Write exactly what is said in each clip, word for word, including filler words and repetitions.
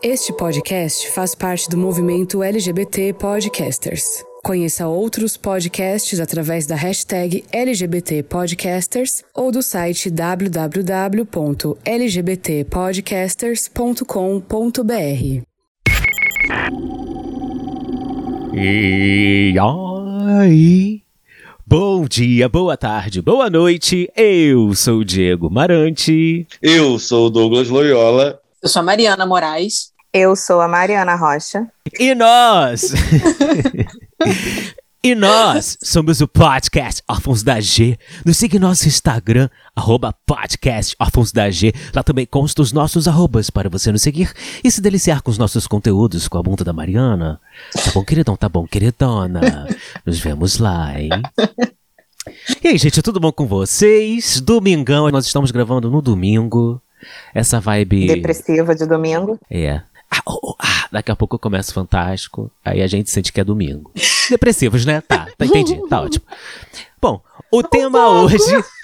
Este podcast faz parte do movimento L G B T Podcasters. Conheça outros podcasts através da hashtag L G B T Podcasters ou do site w w w ponto l g b t podcasters ponto com ponto b r. E aí? Bom dia, boa tarde, boa noite. Eu sou o Diego Marante. Eu sou o Douglas Loyola. Eu sou a Mariana Moraes. Eu sou a Mariana Rocha. E nós... E nós somos o Podcast Órfãos da G. Nos siga em nosso Instagram, arroba Podcast Órfãos da G. Lá também consta os nossos arrobas para você nos seguir e se deliciar com os nossos conteúdos com a bunda da Mariana. Tá bom, queridão? Tá bom, queridona? Nos vemos lá, hein? E aí, gente, tudo bom com vocês? Domingão, nós estamos gravando no domingo. Essa vibe... Depressiva de domingo. É. Ah, oh, oh, ah, daqui a pouco eu começo Fantástico, aí a gente sente que é domingo. Depressivos, né? Tá, tá entendi, tá ótimo. Bom, o tema hoje...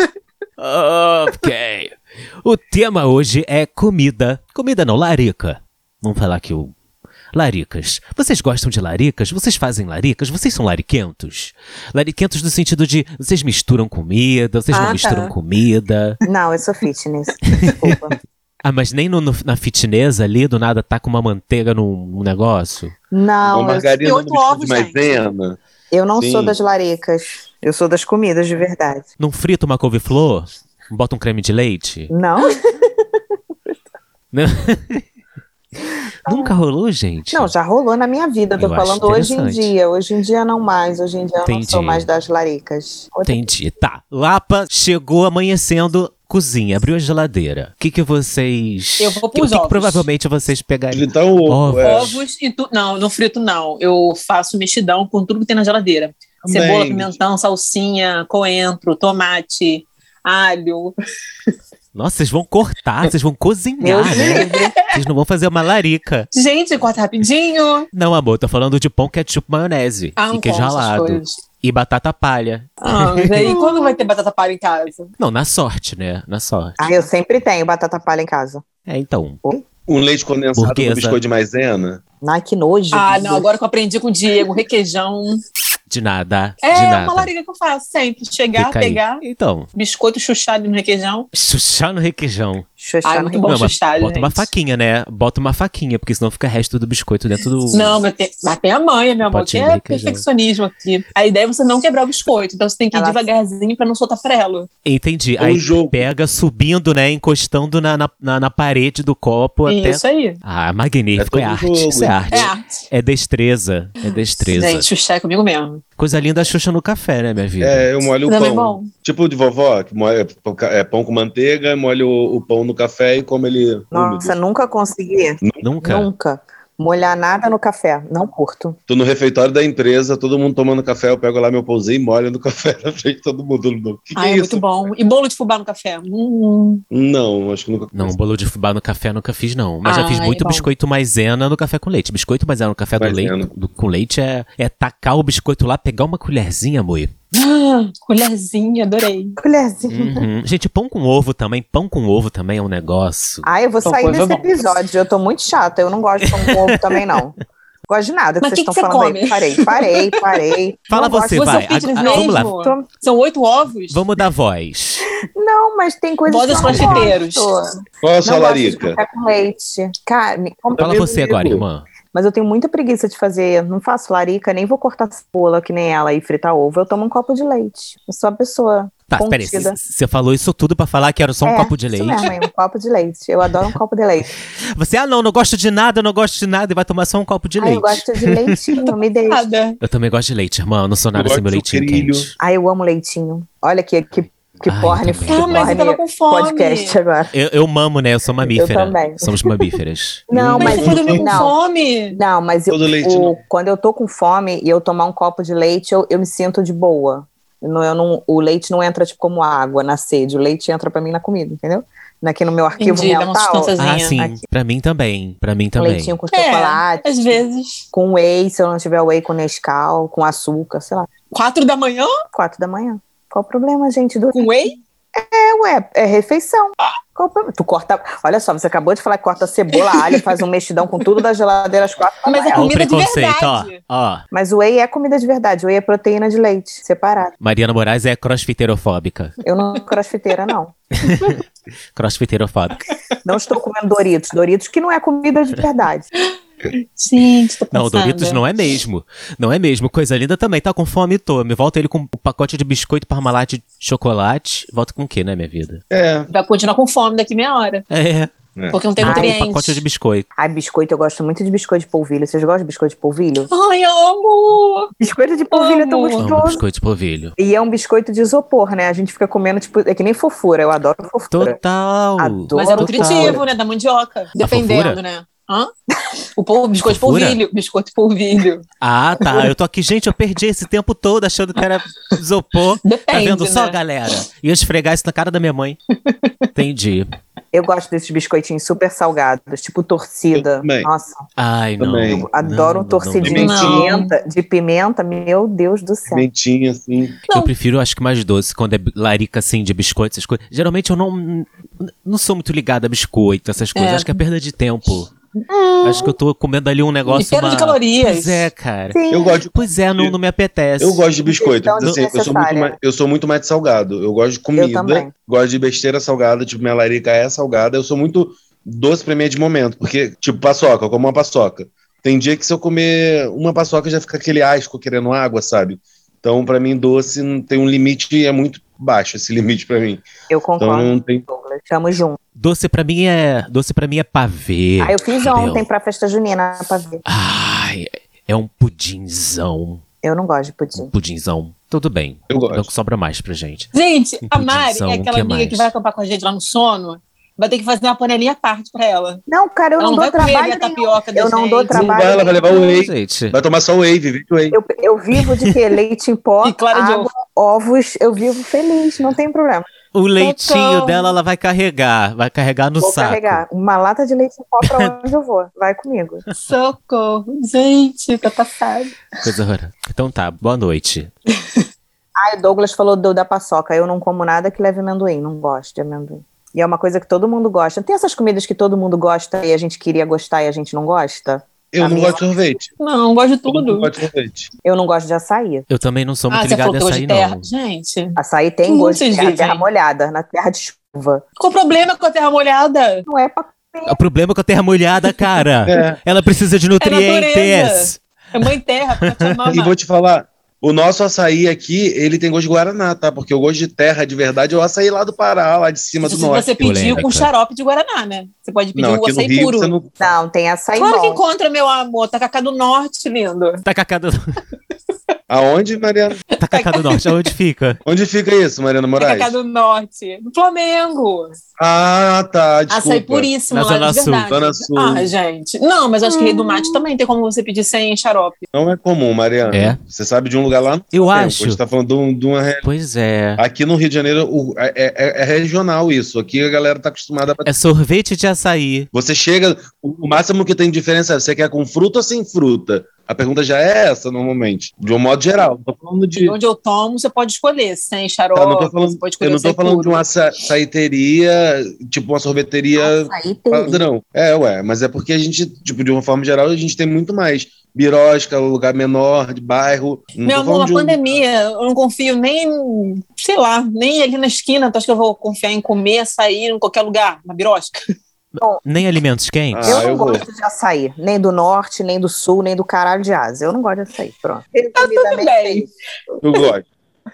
Ok. O tema hoje é comida. Comida não, larica. Vamos falar aqui o... Laricas. Vocês gostam de laricas? Vocês fazem laricas? Vocês são lariquentos? Lariquentos no sentido de vocês misturam comida, vocês Ah, não tá. misturam comida. Não, eu sou fitness. Desculpa. Ah, mas nem no, no- na fitness ali, do nada, tá com uma manteiga no, no negócio? Não, Uma eu, margarina e no oito biscoito ovos, de gente. maisena. eu não Sim. sou das laricas. Eu sou das comidas de verdade. Não frita uma couve-flor? Bota um creme de leite? Não? Não. Nunca rolou, gente? Não, já rolou na minha vida. Tô Eu acho falando hoje em interessante. dia. Hoje em dia não mais. Hoje em dia eu não Entendi. sou mais das laricas. Outra- Entendi. Tá. Lapa chegou amanhecendo, cozinha, abriu a geladeira. O que que vocês... Eu vou que, pros que, que ovos. provavelmente vocês pegariam? Fritar o ovo. Ovo. é. Ovos e tu... Não, não frito não. Eu faço mexidão com tudo que tem na geladeira. Também. Cebola, pimentão, salsinha, coentro, tomate, alho. Nossa, vocês vão cortar, vocês vão Meu cozinhar, Deus. né? Vocês não vão fazer uma larica. Gente, corta rapidinho. Não, amor, tô falando de pão, ketchup, maionese Ah, e não queijo como essas ralado. coisas. E batata palha. Ah, mas aí quando vai ter batata palha em casa? Não, na sorte, né? Na sorte. Ah, eu sempre tenho batata palha em casa. É, então. Um leite condensado Burguesa. no biscoito de maisena. Ai, que nojo. Ah, não, agora que eu aprendi com o Diego, requeijão. De nada, É de nada. uma larica que eu faço sempre. Chegar, Fica aí. pegar, Então, biscoito chuchado no requeijão. chuchar no requeijão. Xoxá Ai, no muito rim. bom Não, mas chuchado, bota uma gente. faquinha, né? Bota uma faquinha, porque senão fica o resto do biscoito dentro do... Não, mas tem, mas tem a manha, meu amor, que Potinho de é requeijão. perfeccionismo aqui. A ideia é você não quebrar o biscoito, então você tem que ir Ela- devagarzinho pra não soltar farelo. Entendi. É um Aí jogo. pega subindo, né? Encostando na, na, na, na parede do copo até... Isso aí. Ah, magnífico. É É, todo arte. jogo. Isso é arte. É É, arte. destreza. É destreza. Gente, chuchá é comigo mesmo. Coisa linda a Xuxa no café, né, minha vida? É, eu molho o Também pão. bom. Tipo de vovó, que molha é, pão com manteiga, molha o, o pão no café e come ele Nossa, úmido. nunca consegui. Nunca? Nunca. Molhar nada no café. Não curto. Tô no refeitório da empresa, todo mundo tomando café, eu pego lá meu pãozinho e molho no café na frente de todo mundo. O que, que Ai, é é isso? muito bom. E bolo de fubá no café? Hum. Não, acho que nunca. Não, bolo de fubá no café nunca fiz, não. Mas já Ai, fiz muito bom. biscoito maisena no café com leite. Biscoito maisena no café do Maisena. leite, do- com leite é, é tacar o biscoito lá, pegar uma colherzinha, amor. Ah, colherzinha, adorei. Colherzinha. Uhum. Gente, pão com ovo também. Pão com ovo também é um negócio. Ah, eu vou São sair coisa desse bom. episódio. Eu tô muito chata. Eu não gosto de pão com ovo também, não. Gosto de nada que Mas vocês que estão que você falando aí. come? Parei, parei, parei. Fala Não você, gosto- Você é vai. o fitness Ah, ah, mesmo? vamos lá. Tô- São oito ovos? Vamos dar voz. Não, mas tem coisas Voz que dos eu não confeiteiros. gosto. Qual a sua Não gosto de larica? café com leite. Cara, me- como- Fala mesmo você nível. agora, irmã. mas eu tenho muita preguiça de fazer. Não faço larica, nem vou cortar cebola que nem ela e fritar ovo. Eu tomo um copo de leite. Eu sou a pessoa Tá, peraí. contida. Você falou isso tudo pra falar que era só um É, copo de isso leite? mesmo, hein, um copo de leite. Eu adoro um copo de leite. Você, ah, não, não gosto de nada, não gosto de nada e vai tomar só um copo de Ai, leite. eu gosto de leitinho, me deixa. Nada. Eu também gosto de leite, irmã. Eu não sou nada Eu sem meu gosto de leitinho sucrilho. quente. Ai, eu amo leitinho. Olha que, que, que Ai, porne, também. que Ah, mas eu tava porne com fome. podcast agora. Eu, eu mamo, né? Eu sou mamífera. Eu também. Somos mamíferas. Não, Mas mas, você foi dormir com não. fome? Não, mas eu, Todo leite, o- não. quando eu tô com fome e eu tomar um copo de leite, eu, eu me sinto de boa. Eu não, eu não- o leite não entra tipo como água na sede, o leite entra pra mim na comida, entendeu? Aqui no meu arquivo Entendi, dá uma mental, sustânciazinha. Ah, sim. Aqui. Pra mim também. Pra mim um também. leitinho com É, chocolate, às vezes. com whey, se eu não tiver whey com Nescau, com açúcar, sei lá. Quatro da manhã Quatro da manhã. Qual o problema, gente? Do... com whey? É, ué, é refeição. Qual o problema? Tu corta. Olha só, você acabou de falar que corta cebola, alho, faz um mexidão com tudo da geladeira às quatro. Mas é Olha o comida de preconceito, ó. verdade. ó. Mas o whey é comida de verdade. O whey é proteína de leite, separado. Mariana Moraes é crossfiteirofóbica. Eu não sou crossfiteira, não. Crossfiteirofóbica. Não estou comendo Doritos. Doritos que não é comida de verdade. Gente, tô Não, pensando. Doritos não é mesmo. Não é mesmo. Coisa linda também. Tá com fome, tô. Me volta ele com um pacote de biscoito Parmalat de chocolate. Volta com o quê, né, minha vida? É. Vai continuar com fome daqui meia hora. É. Porque não tem Ai, Um nutrientes. pacote de biscoito. Ai, biscoito, eu gosto muito de biscoito de polvilho. Vocês gostam de biscoito de polvilho? Ai, amo! Biscoito de polvilho é tão Amo. Amo gostoso. biscoito de polvilho. E é um biscoito de isopor, né? A gente fica comendo, tipo, é que nem fofura. Eu adoro fofura. Total. Adoro. Mas é Total. nutritivo, né? Da mandioca. Dependendo, fofura? né? Hã? O polvo, biscoito de Fofura? polvilho. Biscoito de polvilho. Ah, tá. Eu tô aqui, gente, eu perdi esse tempo todo achando que era isopor. Depende, Tá vendo só, né? galera? Ia esfregar isso na cara da minha mãe. Entendi. Eu gosto desses biscoitinhos super salgados, tipo torcida. Eu também. Nossa, Ai, não. Também. eu adoro um Não, torcidinho não, de não. pimenta, de pimenta. Meu Deus do céu. Pimentinha, assim. Eu prefiro, acho que mais doce, quando é larica, assim, de biscoito, essas coisas. Geralmente eu não, não sou muito ligada a biscoito, essas coisas. É. Acho que é perda de tempo. Acho que eu tô comendo ali um negócio... E perda de uma- calorias. Pois é, cara. Sim. Eu gosto de Pois é, não, não me apetece. Eu gosto de biscoito, Então, mas assim, eu sou, muito desnecessária. mais, eu sou muito mais de salgado. Eu gosto de comida, também. gosto de besteira salgada, tipo, minha larica é salgada. Eu sou muito doce pra mim é de momento, porque, tipo, paçoca, eu como uma paçoca. Tem dia que se eu comer uma paçoca já fica aquele asco querendo água, sabe? Então, pra mim, doce não tem um limite e é muito baixo esse limite pra mim. Eu Então, concordo. não tem... Douglas. Tamo junto. Doce pra mim é... Doce pra mim é pavê. Ah, eu fiz entendeu? ontem pra festa junina pra ver. Ai, é um pudinzão. Eu não gosto de Um pudim. pudinzão. Tudo bem. Eu gosto. Não sobra mais pra gente. Gente, Um a Mari pudição, é o aquela que amiga mais? que vai acampar com a gente lá no sono. Vai ter que fazer uma panelinha à parte pra ela. Não, cara, eu Ela não, não dou vai comer trabalho a nenhum. tapioca da Eu não dou gente. trabalho Não vai, ela vai levar o Não, whey. gente. Vai tomar só whey, vive de whey. Eu, eu vivo de quê? Leite em pó, E clara de água, ovos. Eu vivo feliz, não tem problema. O leitinho Socorro. dela, ela vai carregar. Vai carregar no Vou saco. carregar uma lata de leite em pó pra onde eu vou. Vai comigo. Socorro. Gente, tá passado. Coisa horrorosa. Então tá, boa noite. Ah, o Douglas falou do, da paçoca. Eu não como nada que leve amendoim. Não gosto de amendoim. E é uma coisa que todo mundo gosta. Tem essas comidas que todo mundo gosta e a gente queria gostar e a gente não gosta? Eu A não minha- gosto de sorvete. Não, gosto de Eu não tudo. gosto de sorvete. Eu não gosto de açaí. Eu também não sou muito Ah, você ligado falou a que gosto açaí, de terra. não. Gente, Açaí tem Como gosto de vocês terra, vivem? terra molhada, na terra de chuva. qual o problema com a terra molhada? Não é pra O problema é com a terra molhada, cara. É. Ela precisa de nutrientes. natureza. É mãe terra, pra te amar. E vou te falar, o nosso açaí aqui, ele tem gosto de Guaraná, tá? Porque o gosto de terra de verdade é o açaí lá do Pará, lá de cima Se do norte. você pediu Polêmica. com xarope de Guaraná, né? Você pode pedir Não, um aqui no açaí Rio puro. você não... Não, tem açaí Claro que bom. encontra, meu amor. Tacacá do Norte, lindo. Tacacá do, Aonde, Mariana? Tacacá do Norte, aonde fica? Onde fica isso, Mariana Moraes? Tacacá do Norte. No Flamengo. Ah, tá, desculpa. Açaí puríssimo Na lá Zona de Sul. verdade. Zona Sul. Ah, gente. Não, mas acho que Rei do Mate também tem como você pedir sem xarope. Não é comum, Mariana. É? Você sabe de um lugar lá no Eu Flamengo. acho. A gente tá falando de, um- de uma... re- Pois é. Aqui no Rio de Janeiro o- é, é- é regional isso. Aqui a galera tá acostumada a... É sorvete de açaí. Você chega... O o máximo que tem de diferença é você quer com fruta ou sem fruta? A pergunta já é essa, normalmente. De um modo geral. Não tô falando de... E onde eu tomo, você pode escolher. Sem xarope, Tá, não tô falando, você pode eu escolher não tô açaí falando puro. de uma sa saiteria, tipo uma sorveteria Açaí tem. padrão. É, ué, mas é porque a gente, tipo, de uma forma geral, a gente tem muito mais birosca, lugar menor, de bairro. Não Meu tô amor, falando na de um- pandemia, eu não confio nem, sei lá, nem ali na esquina. Tu acha que eu vou confiar em comer açaí em qualquer lugar, na birosca? Nem alimentos quentes. Eu Ah, não eu vou. gosto de açaí, nem do norte, nem do sul, nem do caralho de asa. Eu não gosto de açaí, pronto. Tá tudo bem. Eu gosto.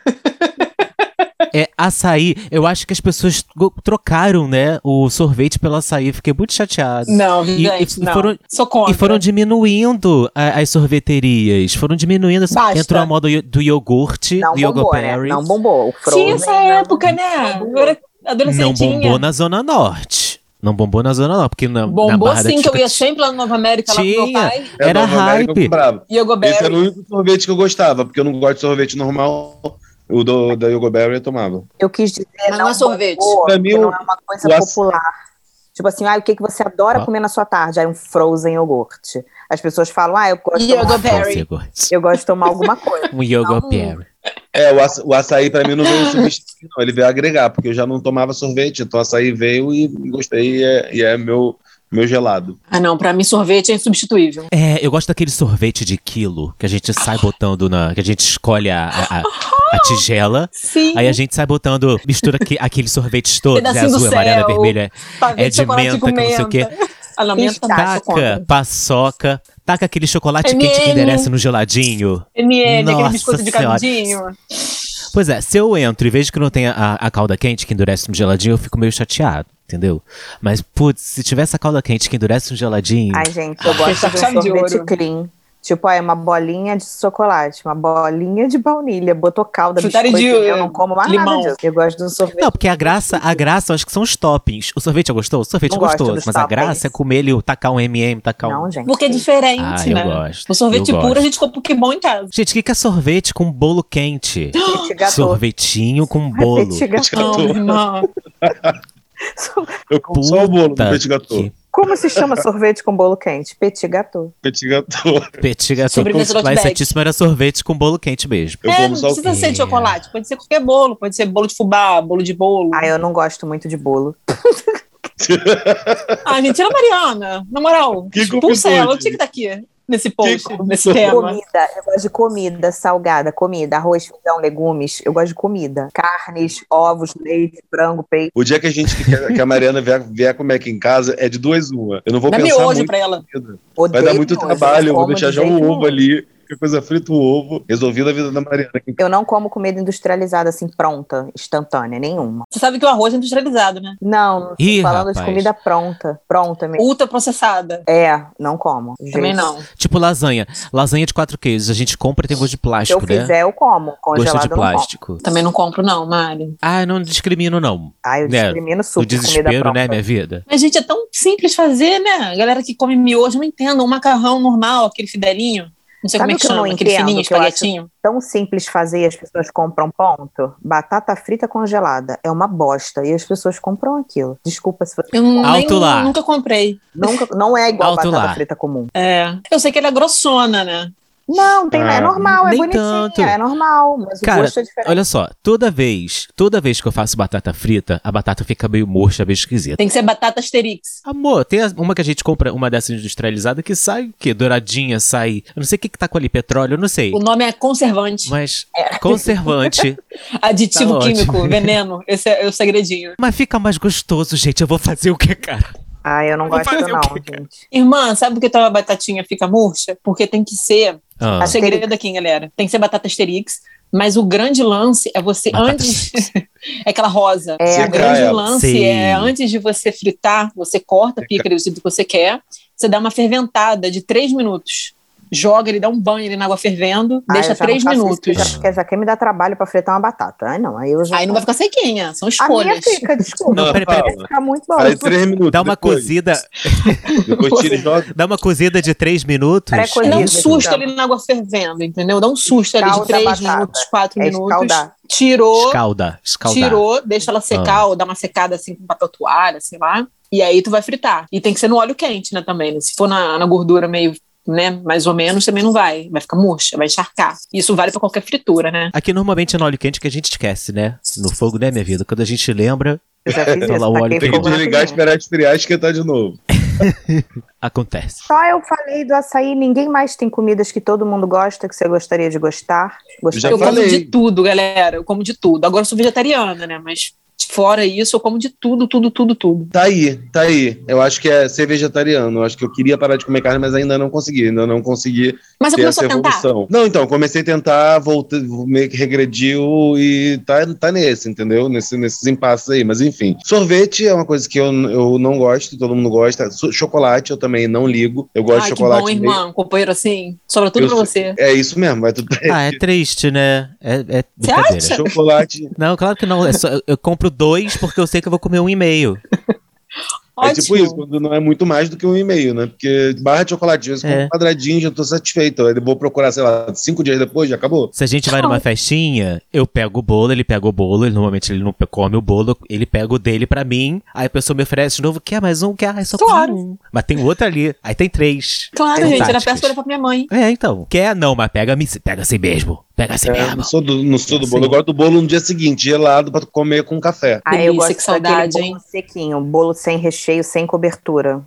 É açaí. Eu acho que as pessoas go- trocaram, né, o sorvete pelo açaí. Fiquei muito chateado. Não, E- gente, e não. foram- Sou contra. E foram diminuindo a- as sorveterias. Foram diminuindo. assim, Basta. Entrou a moda do, do iogurte, Não do bombou, né? Yogoberry. Não bombou. O Frozen, Tinha essa não- época, né? Eu era Não adolescentinha. bombou na Zona Norte. Não bombou na Zona Norte, porque na, na Bombou Barra da sim, que eu ia Tijuca sempre lá no Nova América, lá com meu Tinha. pai. É, Era Nova América eu hype. comprava. E o Esse era o único sorvete que eu gostava, porque eu não gosto de sorvete normal. O do, da Yogoberry eu tomava. Eu quis dizer, Mas não é sorvete. bombou, Pra mim, porque não o- é uma coisa o aç- popular. Tipo assim, ah, o que, que você adora Ah. comer na sua tarde? Aí um frozen iogurte. As pessoas falam, ah, eu gosto, de Yogoberry. tomar, Nossa, iogurte. eu gosto de tomar alguma coisa. Um Yogoberry. É, o, aça, o açaí pra mim não veio substituir, não. Ele veio agregar, porque eu já não tomava sorvete, então o açaí veio e gostei e é, e é meu, meu gelado. Ah, não, pra mim sorvete é insubstituível. É, eu gosto daquele sorvete de quilo, que a gente sai botando na... que a gente escolhe a, a, a, a tigela, Sim. aí a gente sai botando, mistura que, aqueles sorvetes todos, é Pedacinho do azul, amarelo, é céu, vermelho, é, é de chocolate menta, com que não sei o quê. Ah, não, menta também, sou Taca, contra. paçoca, taca aquele chocolate M and M. quente que enderece no geladinho. M and M, aquele Nossa biscoito de Senhora. canudinho. Pois é, se eu entro e vejo que não tem a, a calda quente que endurece no geladinho, eu fico meio chateado, entendeu? Mas, putz, se tivesse a calda quente que endurece no geladinho... Ai, gente, eu gosto de um Chave de sorvete ouro. clean. Tipo, é uma bolinha de chocolate, uma bolinha de baunilha, botou calda, Frutari biscoito, de, eu não como mais limão. nada disso. Eu gosto de um sorvete. Não, porque a graça, a graça, eu acho que são os toppings. O sorvete é gostoso? O sorvete Não é gosto gostoso, dos mas a toppings. graça é comer ele, tacar um M and M, tacar um... Não, gente. Porque é diferente, Ah, eu né? gosto, O sorvete eu puro gosto. a gente compra Pokémon em casa. Gente, o que que é sorvete com bolo quente? Petit gâteau. Sorvetinho com bolo. Petit gâteau. Não, irmão. Eu como só o bolo do Puta petit gâteau. que- Como se chama sorvete com bolo quente? Petit gâteau. Petit gâteau. Petit gâteau. Sobremesa do Lá em Outback. Santíssimo era sorvete com bolo quente mesmo. Eu É, como não só o precisa ser quê? de chocolate, pode ser qualquer bolo, pode ser bolo de fubá, bolo de bolo. Ah, eu não gosto muito de bolo. Ah, gente, tira a Mariana, na moral, Que expulsa ela, complicou, eu tinha que estar aqui nesse post, Que nesse tema. Comida, eu gosto de comida salgada, comida, arroz, feijão, legumes. Eu gosto de comida. Carnes, ovos, leite, frango, peixe. O dia que a gente que, que a Mariana vier, vier comer aqui em casa é de duas uma. Eu não vou Dá pensar miojo muito pra ela. na comida. Odeio Vai dar muito miojo, trabalho, eu vou como deixar de já jeito o ovo nenhum. ali. Qualquer coisa frita o ovo. Resolvida a vida da Mariana aqui em casa. Eu não como comida industrializada assim, pronta, instantânea, nenhuma. Você sabe que o arroz é industrializado, né? Não, não tô Ih, falando rapaz. de comida pronta. Pronta mesmo. Ultra processada. É, não como. Também Gente, não. Tipo lasanha. Lasanha de quatro queijos. A gente compra e tem gosto de Se eu plástico, né? fizer, eu como. Gosto Congelado de eu não como. plástico. Também não compro, não, Mari. Ah, não discrimino, não. Ah, eu Né? discrimino O super comida desespero, pronta. né, minha vida? Mas, gente, é tão simples fazer, né? A galera que come miojo não entende. Um macarrão normal, aquele fidelinho. Não sei Sabe como é o que que eu não chama, aquele entendo, fininho, que eu acho- espaguetinho. Tão simples fazer e as pessoas compram ponto. Batata frita congelada. É uma bosta. E as pessoas compram aquilo. Desculpa se você... Eu nem- Alto lá. nunca comprei. Nunca, não é igual Alto batata lá. frita comum. É. Eu sei que ela é grossona, né? Não, tem, Ah, é normal, é nem bonitinha, tanto. é normal, mas Cara, o gosto é diferente. olha só. Toda vez, toda vez que eu faço batata frita, a batata fica meio murcha, meio esquisita. Tem que ser batata Asterix. Amor, tem as- uma que a gente compra, uma dessas industrializada, que sai o quê? Douradinha, sai... Eu não sei o que que tá com ali, petróleo, eu não sei. O nome é conservante. Mas conservante. Aditivo Tá químico, ótimo. veneno. Esse é o segredinho. Mas fica mais gostoso, gente. Eu vou fazer o que, cara? Ah, eu não Vou gosto fazer o não, quê, cara? gente. Irmã, sabe por que tua batatinha fica murcha? Porque tem que ser... Ah, O segredo aqui, galera. Tem que ser batata Asterix. Mas o grande lance é você Batata antes... é aquela rosa. É, o Secar grande ela. lance Sim. é antes de você fritar, você corta a pícara do jeito que você quer, você dá uma ferventada de três minutos. Joga ele, dá um banho ali na água fervendo, Ah, deixa eu já três não faço isso, minutos. já, porque já quer me dar trabalho pra fritar uma batata. Ai, não, aí eu já... Aí não vai ficar sequinha, são A minha escolhas. fica, desculpa. Não, peraí, peraí. Vai ficar muito bom. Aí três minutos. dá uma depois, cozida... Depois tira e joga. Dá uma cozida de três minutos. Pré-cozida. Dá um Isso, susto então. ali na água fervendo, entendeu? Dá um susto ali de Escalda a três batata. minutos, quatro É minutos. escaldar. Tirou, Escalda, escaldar. tirou, deixa ela secar ou dar uma secada assim com papel toalha, sei lá. E aí tu vai fritar. E tem que ser no óleo quente, né, também. Né? Se for na, na gordura meio, né, mais ou menos, também não vai. Vai ficar murcha, vai encharcar. Isso vale pra qualquer fritura, né? Aqui normalmente é no óleo quente que a gente esquece, né? No fogo, né, minha vida? Quando a gente lembra, Eu já fiz Então isso. lá o óleo taquei tem Tem que fogo na desligar, cozinha. esperar esfriar e esquentar de novo. acontece. Só eu falei do açaí, ninguém mais tem comidas que todo mundo gosta, que você gostaria de gostar. Já eu Gostaria. como falei. de tudo, galera. Eu como de tudo. Agora eu sou vegetariana, né? Mas fora isso, eu como de tudo, tudo, tudo, tudo. Tá aí, tá aí. Eu acho que é ser vegetariano. Eu acho que eu queria parar de comer carne, mas ainda não consegui. Ainda não consegui Mas você ter começou essa a tentar? evolução. Não, então, comecei a tentar, voltei, meio que regrediu e tá, tá nesse, entendeu? Nesse, nesses impasses aí. Mas enfim. Sorvete é uma coisa que eu, eu não gosto, todo mundo gosta. So- Chocolate eu também não ligo. Eu gosto Ai, de que chocolate. bom, meio- irmão. Companheiro assim. Sobra tudo Eu pra sou- você. É isso mesmo, vai tudo pra Ah, é triste, né? É, é Você brincadeira. acha? Chocolate. Não, claro que não. É só, eu, eu compro dois porque eu sei que eu vou comer um e meio. É tipo isso, quando não é muito mais do que um e meio, né? Porque barra de chocolate, às vezes, É. com um quadradinho já tô satisfeito. Aí eu vou procurar, sei lá, cinco dias depois, já acabou. Se a gente vai numa festinha, eu pego o bolo, ele pega o bolo, ele normalmente ele não pe- come o bolo, ele pega o dele pra mim, aí a pessoa me oferece de novo, quer mais um? Quer? Aí só Claro. come um. Mas tem outro ali, aí tem três. Claro, São gente. Era táticas. peça pra olhar pra minha mãe. É, então. Quer? Não, mas pega, pega assim mesmo. Pega assim É, mesmo. não sou do, não sou do Assim. bolo. Eu gosto do bolo no dia seguinte, gelado, pra tu comer com café. Ah, eu Delícia, gosto que saudade, daquele hein? bolo sequinho, bolo sem recheio, sem cobertura.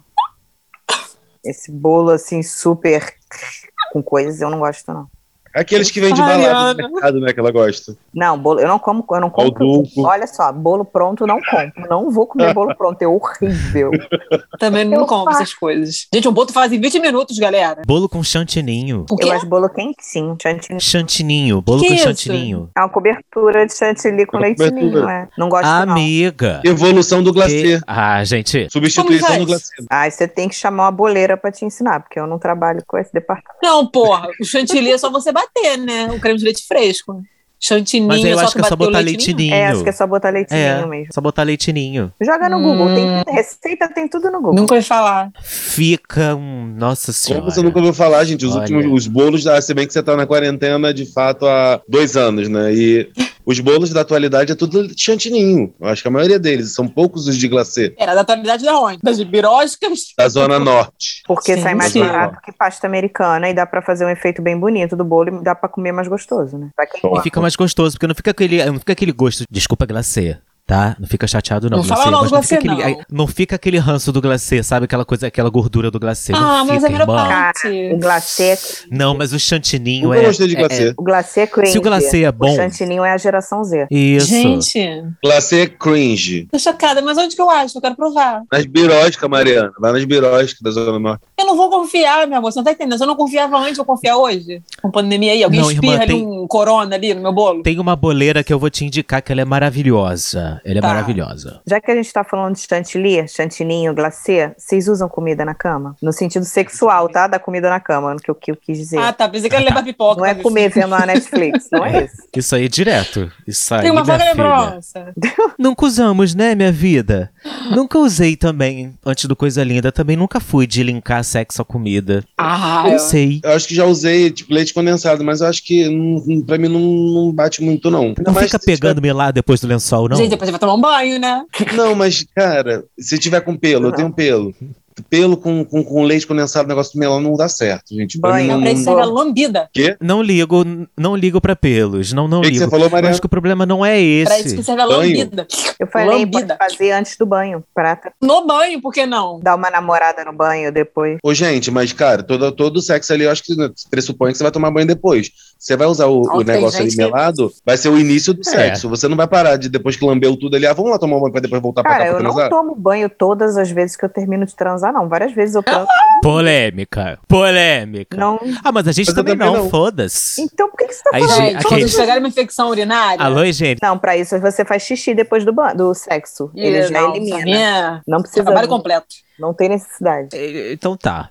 Esse bolo, assim, super com coisas, eu não gosto, não. Aqueles que vêm de balada Mariana. no mercado, né? Que ela gosta. Não, bolo, eu não como, eu não Ó, o compro. dulco. Olha só, bolo pronto eu não compro. Não vou comer bolo pronto, é horrível. Também não Eu compro faço. essas coisas. Gente, um boto faz em vinte minutos, galera. Bolo com chantininho. O quê? Eu gosto de bolo quentinho, chantilly. Chantininho, bolo Que com isso? chantininho. É uma cobertura de chantilly com Uma leitinho, cobertura. é. Não gosto, não. Amiga. Evolução do glacê. Que- Ah, gente. Substituição Como do faz? glacê. Ai, você tem que chamar uma boleira pra te ensinar, porque eu não trabalho com esse departamento. Não, porra. O chantilly é só você bater, né? O creme de leite fresco. Chantininho, Mas eu só acho que é só bater o botar leite ninho. leitinho. É, acho que é só botar leitinho É, mesmo. só botar leitinho. Joga no Hum. Google, tem receita, tem tudo no Google. Nunca ouvi falar. Fica um. Nossa senhora. Como você nunca ouviu falar, gente? Os Olha. últimos os bolos, ah, se bem que você tá na quarentena de fato há dois anos, né? E os bolos da atualidade é tudo chantininho. Eu acho que a maioria deles, são poucos os de glacê, Era da atualidade da onde? Das biroscas? da Zona Norte. Porque Sim, sai mais sim. barato que pasta americana e dá pra fazer um efeito bem bonito do bolo e dá pra comer mais gostoso, né? Pra quem Bom. E gosta. fica mais gostoso, porque não fica aquele, não fica aquele gosto. Desculpa, glacê. Tá? Não fica chateado, não. Não fala glacê, mal mas do não fica glacê, aquele, não. ai, não fica aquele ranço do glacê, sabe? Aquela coisa, aquela gordura do glacê. Ah, não mas fica, é a melhor irmão. parte. Cara, o glacê é... Não, mas o chantininho Nunca é. gostei de é- glacê. é- O glacê é cringe. Se o glacê é bom- O chantininho é a geração Z. Isso. Gente, Glacê é cringe. tô chocada, mas onde que eu acho? Eu quero provar. Nas biroscas, Mariana. Vai nas biroscas da Zona Norte. Eu não vou confiar, meu amor. Você não tá entendendo? Se eu não confiava antes, eu vou confiar hoje. Com pandemia aí. Alguém Não, irmã, espirra ali tem- um corona ali no meu bolo? Tem uma boleira que eu vou te indicar que ela é maravilhosa. Ela é Tá. maravilhosa. Já que a gente tá falando de chantilly, chantininho, glacê, vocês usam comida na cama? No sentido sexual, tá? Da comida na cama, no que eu, que eu quis dizer. Ah, tá. Pensei que era levar pipoca. não é pra comer vendo a Netflix, não é isso. Isso aí é direto. Isso aí, Tem uma minha vaga filha. lembrança. Nunca usamos, né, minha vida? Nunca usei também, antes do Coisa Linda. Também nunca fui de linkar sexo à comida. Ah, Eu eu... sei. Eu acho que já usei, tipo, leite condensado, mas eu acho que não, pra mim não, não bate muito, não. Ainda Não mais fica se tiver- pegando-me lá depois do lençol, não? Gente, depois você vai tomar um banho, né? Não, mas, cara, se tiver com pelo, eu tenho pelo. Pelo com, com, com leite condensado, negócio do melão não dá certo, gente. Pra Banho, mim não, Pra não, isso não... serve a lambida. Não ligo, não ligo pra pelos. Não, não O que, que ligo. você falou, Eu Mariana? acho que o problema não é Pra isso que esse. serve a Banho. lambida. Eu falei, Lambida. pode fazer antes do banho, pra No banho, por que não? dar uma namorada no banho depois. Ô, gente, mas, cara, todo, todo sexo ali, eu acho que pressupõe que você vai tomar banho depois. Você vai usar o, Ó, o tem negócio ali gente que- melado, vai ser o início do É. sexo. Você não vai parar de, depois que lambeu tudo ali, ah, vamos lá tomar um banho pra depois voltar pra Cara, cá pra eu não transar? tomo banho todas as vezes que eu termino de transar, não. Várias vezes eu transo. Polêmica. Polêmica. Não. Ah, mas a gente Mas eu também, também não, não. foda-se. Então por que, que você tá Aí, falando? gente, Gente, aqui- quando vocês pegarem uma infecção urinária... Alô, gente. Não, pra isso você faz xixi depois do, ban- do sexo. Ih, Ele já não, elimina. pra mim é Não precisa. trabalho completo. Não tem necessidade. Eh, Então tá.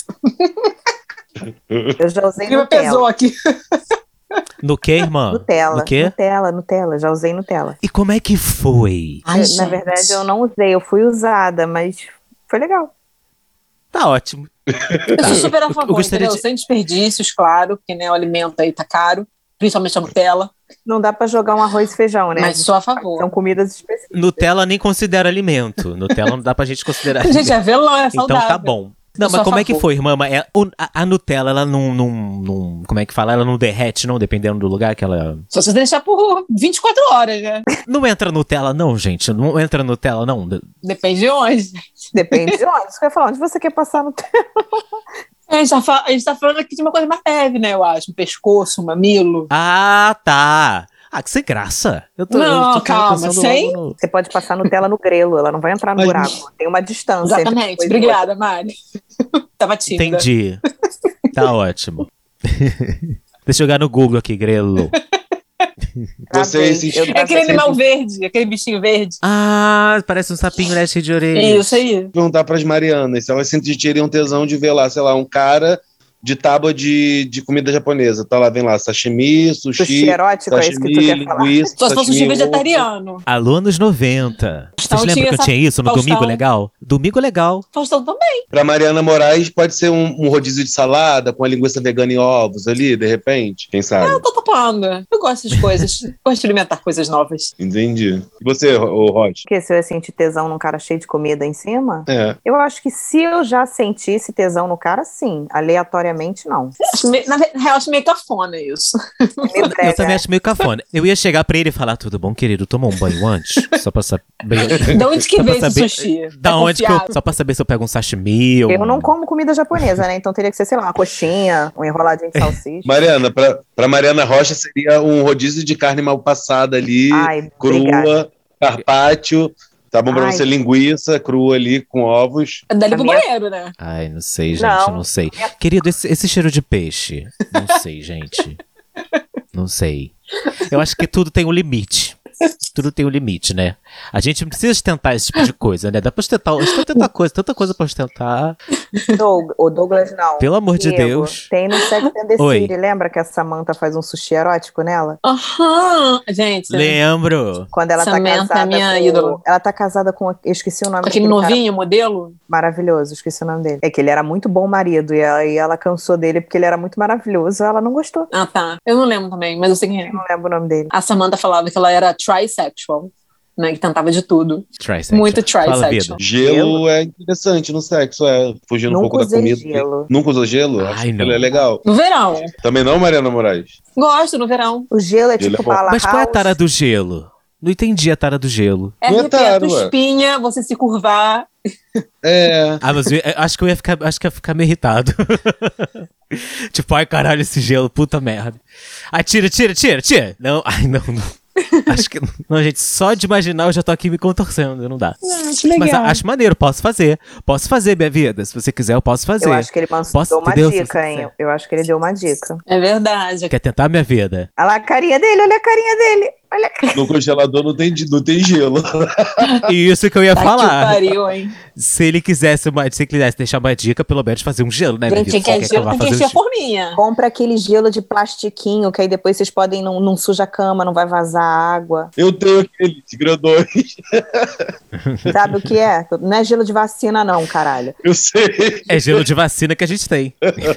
Eu já usei O clima Nutella. pesou aqui. No que, irmã? Nutella. No quê? Nutella, Nutella. Já usei Nutella. E como é que foi? Ai, Eu, gente. na verdade, eu não usei. Eu fui usada, mas foi legal. Tá ótimo. Eu sou super a Eu- eu favor, gostaria entendeu? de- Sem desperdícios, claro, porque né, o alimento aí tá caro, principalmente a Nutella, Não dá pra jogar um arroz e feijão, né? mas sou a favor. São comidas específicas. Nutella nem considera alimento. Nutella não dá pra gente considerar Gente, é velão, é Então saudável. tá bom. Não, Eu sou mas a como é que favor. foi, irmã? Mas é- o- a, a Nutella, ela não, não, não- Como é que fala? Ela não derrete, não, dependendo do lugar que ela. Só se você deixar por vinte e quatro horas, né? Não entra Nutella, não, gente. Não entra Nutella, não. Depende de onde. Depende de onde. Isso que eu ia falar. Onde você quer passar Nutella? A gente, tá fa- a gente tá falando aqui de uma coisa mais leve, né? Eu acho. Um pescoço, um mamilo. Ah, tá. Ah, que sem graça. Eu tô, Não, eu tô calma, pensando sem- logo no- Você pode passar Nutella no grelo. Ela não vai entrar no Mas- buraco. Tem uma distância. entre Exatamente. coisa e Obrigada, Mari. Tava tímida. Entendi. Tá ótimo. Deixa eu jogar no Google aqui, grelo. outra. Você Travei. insistiu- Eu É aquele travei. animal verde, aquele bichinho verde. Ah, parece um sapinho, né, cheio de orelha. Isso aí. Perguntar pras Marianas se elas sentiriam tesão de ver lá, sei lá, um cara de tábua de, de comida japonesa. Tá lá, vem lá, sashimi, sushi, Sushi erótico, é isso que tu sashimi, quer falar? linguiça, Só se fosse um sashimi, sushi vegetariano. Alô, anos noventa. Faustão Vocês lembram tinha que eu essa- tinha isso no Faustão. Domingo Legal? Domingo Legal. Faustão também. Pra Mariana Moraes, pode ser um, um rodízio de salada com a linguiça vegana e ovos ali, de repente. Quem sabe? Eu tô topando. Eu gosto dessas coisas. Gosto de experimentar coisas novas. Entendi. E você, ô Rocha? Porque se eu ia sentir tesão num cara cheio de comida em cima, É. eu acho que se eu já sentisse tesão no cara, sim. Aleatoriamente, não. Acho meio- Na real, acho meio cafona isso. Meio Eu brega. também acho meio cafona. Eu ia chegar pra ele e falar, tudo bom, querido? Tomou um banho antes? Só pra saber... De onde que Só pra vem esse saber- sushi? Da É onde que eu... confiável. Só pra saber se eu pego um sashimi ou... Eu não como comida japonesa, né? Então teria que ser, sei lá, uma coxinha, um enroladinho de salsicha. Mariana, pra, pra Mariana Rocha seria um rodízio de carne mal passada ali, Ai, crua, obrigada. carpaccio. Tá bom pra Ai. você linguiça crua ali com ovos. É dali A pro minha- banheiro, né? Ai, não sei, gente, Não. não, sei. Querido, esse, esse cheiro de peixe, não sei, gente. Não sei. Eu acho que tudo tem um limite. Tudo tem um limite, né? A gente não precisa ostentar esse tipo de coisa, né? Dá pra ostentar, ostentar tanta coisa, tanta coisa pra ostentar. Doug, o Douglas não. Pelo amor de Diego, Deus. Tem no Sex and the Oi. City, lembra que a Samantha faz um sushi erótico nela? Aham. Gente, Lembro. Quando ela Samantha tá casada é minha com... ídola. Ela tá casada com... Eu esqueci o nome com aquele daquele cara novinho, modelo. maravilhoso, esqueci o nome dele. É que ele era muito bom marido e ela, e ela cansou dele porque ele era muito maravilhoso. Ela não gostou. Ah, tá. Eu não lembro também, mas eu sei quem é. Não lembro o nome dele. A Samantha falava que ela era trisexual, né? Que tentava de tudo. Trisexual. Muito Fala, trisexual. vida. Gelo é interessante no sexo, é. Fugindo um Nunca pouco da usei comida. gelo. Nunca usou gelo? Ai, Acho que não. ele é legal. No verão. Também não, Mariana Moraes? Gosto no verão. O gelo é Gelo tipo é bom. bala Mas qual é a house. tara do gelo? Não entendi a tara do gelo. É Não é repeto, taro, ué. espinha, você se curvar. É. Ah, mas eu, eu acho que eu ia ficar, acho que eu ia ficar meio irritado. Tipo, ai caralho, esse gelo, puta merda. Ai, tira, tira, tira, tira. Não, ai, não, não. Acho que. Não, gente, só de imaginar eu já tô aqui me contorcendo, não dá. Ah, que legal. Mas a- acho maneiro, posso fazer. Posso fazer, minha vida. Se você quiser, eu posso fazer. Eu acho que ele mandou Posso- uma entendeu? Se dica, você hein? quiser. Eu acho que ele deu uma dica. É verdade. Quer tentar, minha vida? Olha lá a carinha dele, olha a carinha dele. Olha a carinha. No congelador não tem, não tem gelo. E isso que eu ia Tá que falar. pariu, hein? Se ele quisesse uma, se ele quisesse deixar uma dica, pelo menos fazer um gelo, né, minha Gente, vida? quem Você quer quer que eu gelo vá tem que fazer encher a um gelo? forminha. Compra aquele gelo de plastiquinho, que aí depois vocês podem, não, não suja a cama, não vai vazar água. Eu tenho aqueles grandões. Sabe o que é? Não é gelo de vacina, não, caralho. Eu sei. É gelo de vacina que a gente tem.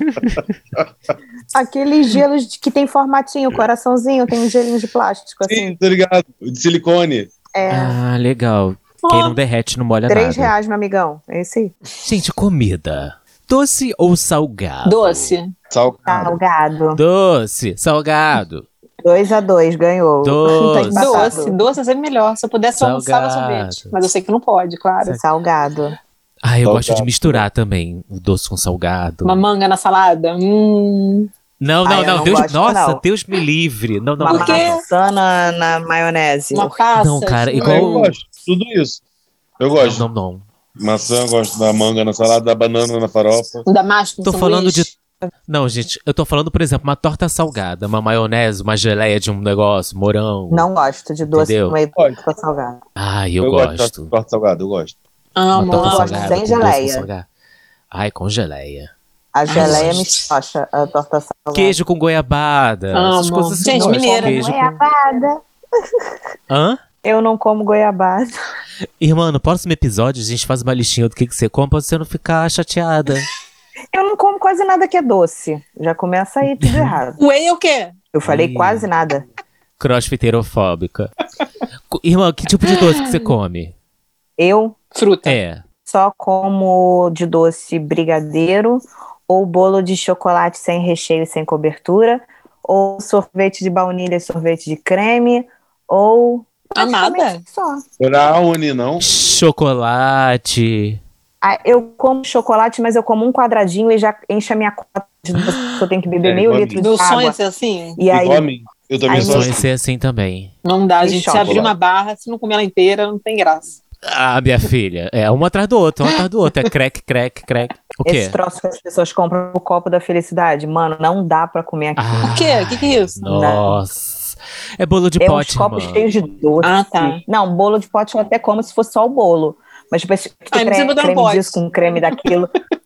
Aqueles gelos de- que tem formatinho, coraçãozinho, tem uns gelinhos de plástico, assim. Sim, tá ligado? De silicone. É. Ah, legal. Quem não derrete não molha Três nada. reais, meu amigão. É isso aí. Gente, comida. Doce ou salgado? Doce. Salgado. Salgado. Doce, salgado. Dois a dois, ganhou. Doce. Tá empatado. Doce. Doce é sempre melhor. Se eu pudesse, eu almoçava Salgado. sorvete. Mas eu sei que não pode, claro. Salgado. Ah, eu Salgado. gosto de misturar também o doce com salgado. Uma manga na salada. Hum. Não, não, Ah, eu não. não Deus, gosto, nossa, não. Deus me livre. Não, não, Uma não. Por quê? maçã na, na maionese. Uma passa. Não, cara, de- igual- Eu gosto. Tudo isso. Eu gosto. Não, não, não. Maçã, eu gosto da manga na salada, da banana na farofa. Um damasco com Tô falando de. sanduíche. Não, gente, eu tô falando, por exemplo, uma torta salgada, uma maionese, uma geleia de um negócio, morango. Não gosto de doce Entendeu? no meio Pode. do salgado. Ai, eu, Eu gosto. gosto de torta salgada, eu gosto. Uma Amo, torta amo. gosto salgada sem com doce com geleia. salgado. Ai, com geleia. A geleia me gente. estocha, a torta salgada. Queijo com goiabada. Essas Amo. coisas assim. Gente, não, mineira. Queijo com... Goiabada. Hã? Eu não como goiabada. Irmã, no próximo episódio a gente faz uma listinha do que, que você come pra você não ficar chateada. Eu não como quase nada que é doce. Já começa aí tudo errado. Whey é o quê? Eu falei Ih. quase nada. Crossfiteirofóbica. Co- Irmã, que tipo de doce que você come? Eu Fruta. É. só como de doce brigadeiro, ou bolo de chocolate sem recheio e sem cobertura, ou sorvete de baunilha e sorvete de creme, ou... Amada? praticamente só. Brownie, não? Chocolate. Ah, eu como chocolate, mas eu como um quadradinho e já enche a minha cota de doce. Eu tenho que beber É, meio igual a litro mim. de Meu sonho é água. ser assim? E aí, Igual a mim. Eu também Ai, sou Só assim. vai ser assim também. Não dá, Me gente. Se choca. abrir uma barra, se não comer ela inteira, não tem graça. Ah, minha filha. É um atrás do outro, um atrás do outro. É crack, crack, crack. O quê? esse troço que as pessoas compram o copo da felicidade, mano, não dá pra comer aqui. Ah, O quê? O que que é isso? Nossa. É bolo de É pote, uns copos irmã. cheios de doce. Ah, tá. Não, bolo de pote eu até como se fosse só o bolo. Mas tipo, esse Ah, não precisa creme, botar no creme pote. disso com creme daquilo.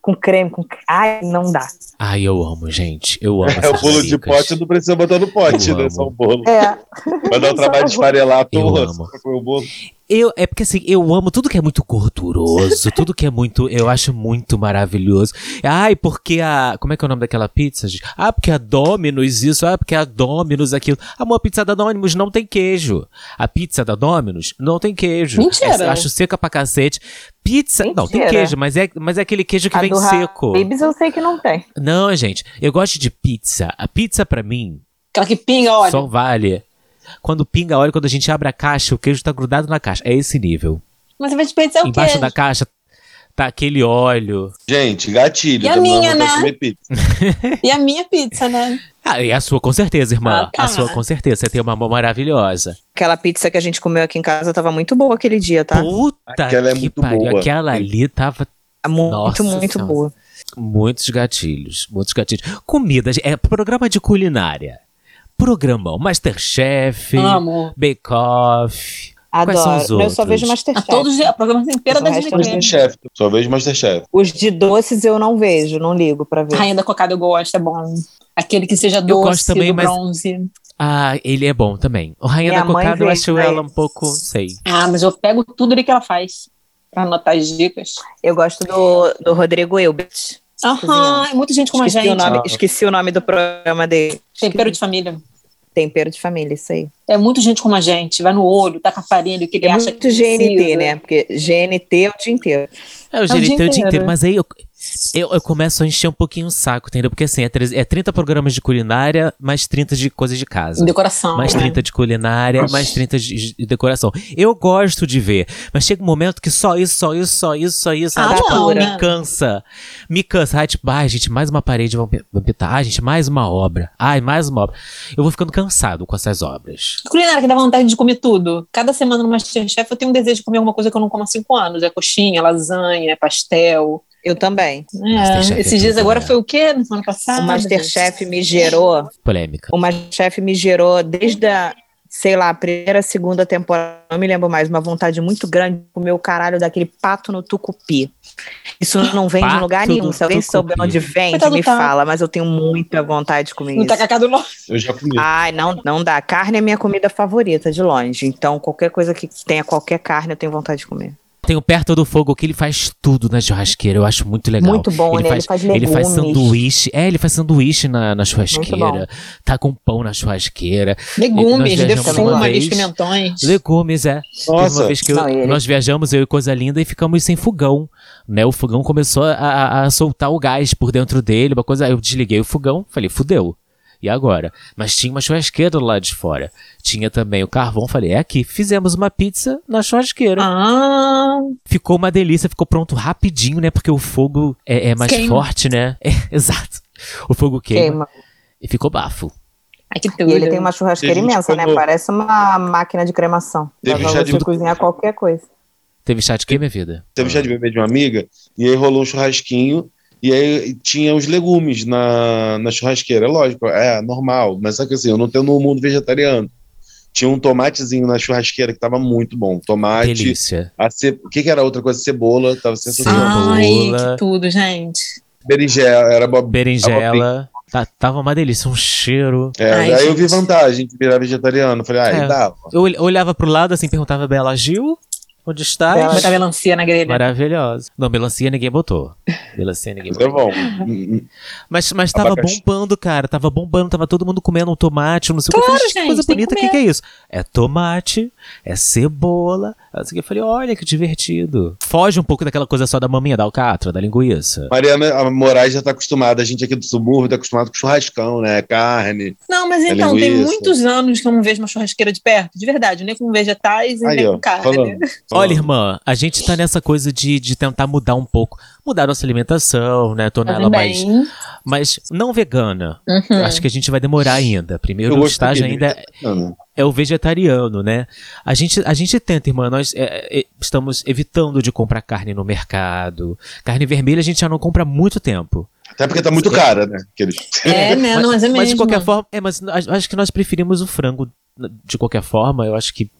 com creme, com... Ai, não dá. Ai, eu amo, gente. Eu amo É, o bolo de pote não precisa botar no pote, Eu né? amo. Só o bolo. É. Vai dar o trabalho de esfarelar a Eu porra amo. pra comer o bolo. Eu, é porque assim, eu amo tudo que é muito gorduroso, tudo que é muito, eu acho muito maravilhoso. Ai, porque a, como é que é o nome daquela pizza, gente? Ah, porque a Domino's isso, ah, porque a Domino's aquilo. Amor, a pizza da Domino's não tem queijo. A pizza da Domino's não tem queijo. Mentira. É, acho seca pra cacete. Pizza, não, tem Mentira. queijo, mas é, mas é aquele queijo que A vem do seco. Habib's eu sei que não tem. Não, gente, eu gosto de pizza. A pizza pra mim Aquela que pinga, olha. só vale quando pinga óleo, quando a gente abre a caixa, o queijo tá grudado na caixa. É esse nível. Mas você vai desperdiçar o Embaixo quê? da caixa tá aquele óleo. Gente, gatilho. E a também minha, não vou né? comer pizza. E a minha pizza, né? Ah, e a sua com certeza, irmã. Ah, tá. A sua com certeza. Você tem uma mão maravilhosa. Aquela pizza que a gente comeu aqui em casa tava muito boa aquele dia, tá? Puta Aquela é que muito pariu. boa. Aquela ali tava Muito, Nossa muito Senhora. boa. muitos gatilhos. Muitos gatilhos. Comida. É programa de culinária. Programão. Masterchef. Amo. Bake Off. Quais são os Adoro. Eu só outros? vejo A Masterchef. todos os dias, a programação inteira Esse da resto Disney. Masterchef. Só vejo Masterchef. Os de doces eu não vejo, não ligo pra ver. Rainha da Cocada eu gosto, é bom. Aquele que seja Eu doce, gosto também, do mas- bronze. Ah, ele é bom também. O Rainha Minha da mãe Cocada, eu veio acho pra ela esse. um pouco, sei. Ah, mas eu pego tudo ali que ela faz. Pra anotar as dicas. Eu gosto do, do Rodrigo Hilbert. Aham, é muita gente como a Esqueci, gente. o nome, Ah. esqueci o nome do programa dele. Tempero de família. Tempero de família, isso aí. É muito gente como a gente. Vai no olho, taca farinha, o que ele É acha muito que G N T, precisa. né? Porque G N T é o dia inteiro. É, o dia G N T o dia inteiro. inteiro, mas aí eu, eu, eu começo a encher um pouquinho o saco, entendeu? Porque assim, é, tre- é trinta programas de culinária, mais trinta de coisas de casa. Decoração. Mais né? trinta de culinária, mais trinta de, de decoração. Eu gosto de ver, mas chega um momento que só isso, só isso, só isso, só isso, Ah, sabe? Tipo, não, me né? cansa. Me cansa. Ai, tipo, ai, gente, mais uma parede vão pi- vão pintar. Ai, gente, mais uma obra. Ai, mais uma obra. Eu vou ficando cansado com essas obras. Culinária que dá vontade de comer tudo. Cada semana no Masterchef eu tenho um desejo de comer alguma coisa que eu não como há cinco anos. É coxinha, lasanha, é pastel. Eu também. É, Masterchef esses é dias tudo, agora né? foi o quê? No ano passado? O Masterchef me gerou. Polêmica. O Masterchef me gerou desde a, sei lá, primeira, segunda temporada, não me lembro mais, uma vontade muito grande de comer o caralho daquele pato no tucupi. Isso não vem de Pato lugar no nenhum. Se alguém souber tucupi. onde vem, Coitado me do tato. fala, mas eu tenho muita vontade de comer No isso. Tacacá do Norte. Eu já comi. Ai, não, não dá. Carne é minha comida favorita, de longe. Então, qualquer coisa que tenha qualquer carne, eu tenho vontade de comer. Tem o Perto do Fogo que ele faz tudo na churrasqueira. Eu acho muito legal. Muito bom, ele né? Faz, Ele faz ele faz legumes. sanduíche. É, ele faz sanduíche na, na bom. churrasqueira. Tá com pão na churrasqueira. Legumes, Nós viajamos defuma uma ali os vez. pimentões. Legumes, é. Teve Nossa. uma vez que eu- Não, ele- nós viajamos, eu e Coisa Linda, e ficamos sem fogão. Né? O fogão começou a, a- a soltar o gás por dentro dele, uma coisa. Eu desliguei o fogão, falei, fudeu. E agora? Mas tinha uma churrasqueira do lado de fora. Tinha também o carvão, falei, é aqui. Fizemos uma pizza na churrasqueira. Ah, Ficou uma delícia, ficou pronto rapidinho, né? Porque o fogo é, é mais Queima. forte, né? É, exato. O fogo queima, Queima. e ficou bafo. ai que tudo. E ele tem uma churrasqueira Tem gente imensa, né? como- Parece uma máquina de cremação. Dá Teve pra chá você de- cozinhar qualquer coisa. Teve chá de quê, minha vida? Teve chá de bebê de uma amiga, e aí rolou um churrasquinho, e aí tinha os legumes na, na churrasqueira. Lógico, é normal, mas só que assim, eu não tenho no mundo vegetariano. Tinha um tomatezinho na churrasqueira que tava muito bom. Tomate, Delícia. a ce... o que, que era outra coisa? Cebola, tava sensacional. Ai, Cebola. que tudo, gente. Berinjela, era bo... Berinjela. Tá- tava uma delícia, um cheiro. É, Ai, aí eu vi gente. vantagem de virar vegetariano. Falei, ah, É. dava. Eu ol- olhava pro lado assim, perguntava, Bela Gil, onde está? Bela Botar melancia na grelha. Maravilhosa. Não, melancia ninguém botou. Melancia ninguém Mas é botou. bom. Mas, mas tava Abacaxi. bombando, cara. Tava bombando, tava todo mundo comendo um tomate, não sei o que. Eu Claro, falei, gente, coisa tem que bonita, o que, comer. que é isso? É tomate, é cebola. Assim, eu falei, olha que divertido. Foge um pouco daquela coisa só da maminha, da alcatra, da linguiça. Mariana a Moraes já tá acostumada. A gente aqui do subúrbio tá acostumado com churrascão, né? Carne. Não, mas É então, tem linguiça. muitos anos que eu não vejo uma churrasqueira de perto, de verdade, nem com vegetais e Aí, nem ó. com carne. Falando. Olha, irmã, a gente tá nessa coisa de, de tentar mudar um pouco. Mudar nossa alimentação, né? Tornar ela mais. Também. Mas não vegana. Uhum. Acho que a gente vai demorar ainda. Primeiro Eu gosto estágio daquele ainda vegetariano. é o vegetariano, né? A gente, a gente tenta, irmã, nós é, é, estamos evitando de comprar carne no mercado. Carne vermelha a gente já não compra há muito tempo. Até porque tá muito cara, né? Aqueles... É, né? Não, mas é mesmo. Mas de qualquer forma, é, mas a- acho que nós preferimos o frango de qualquer forma. Eu acho que,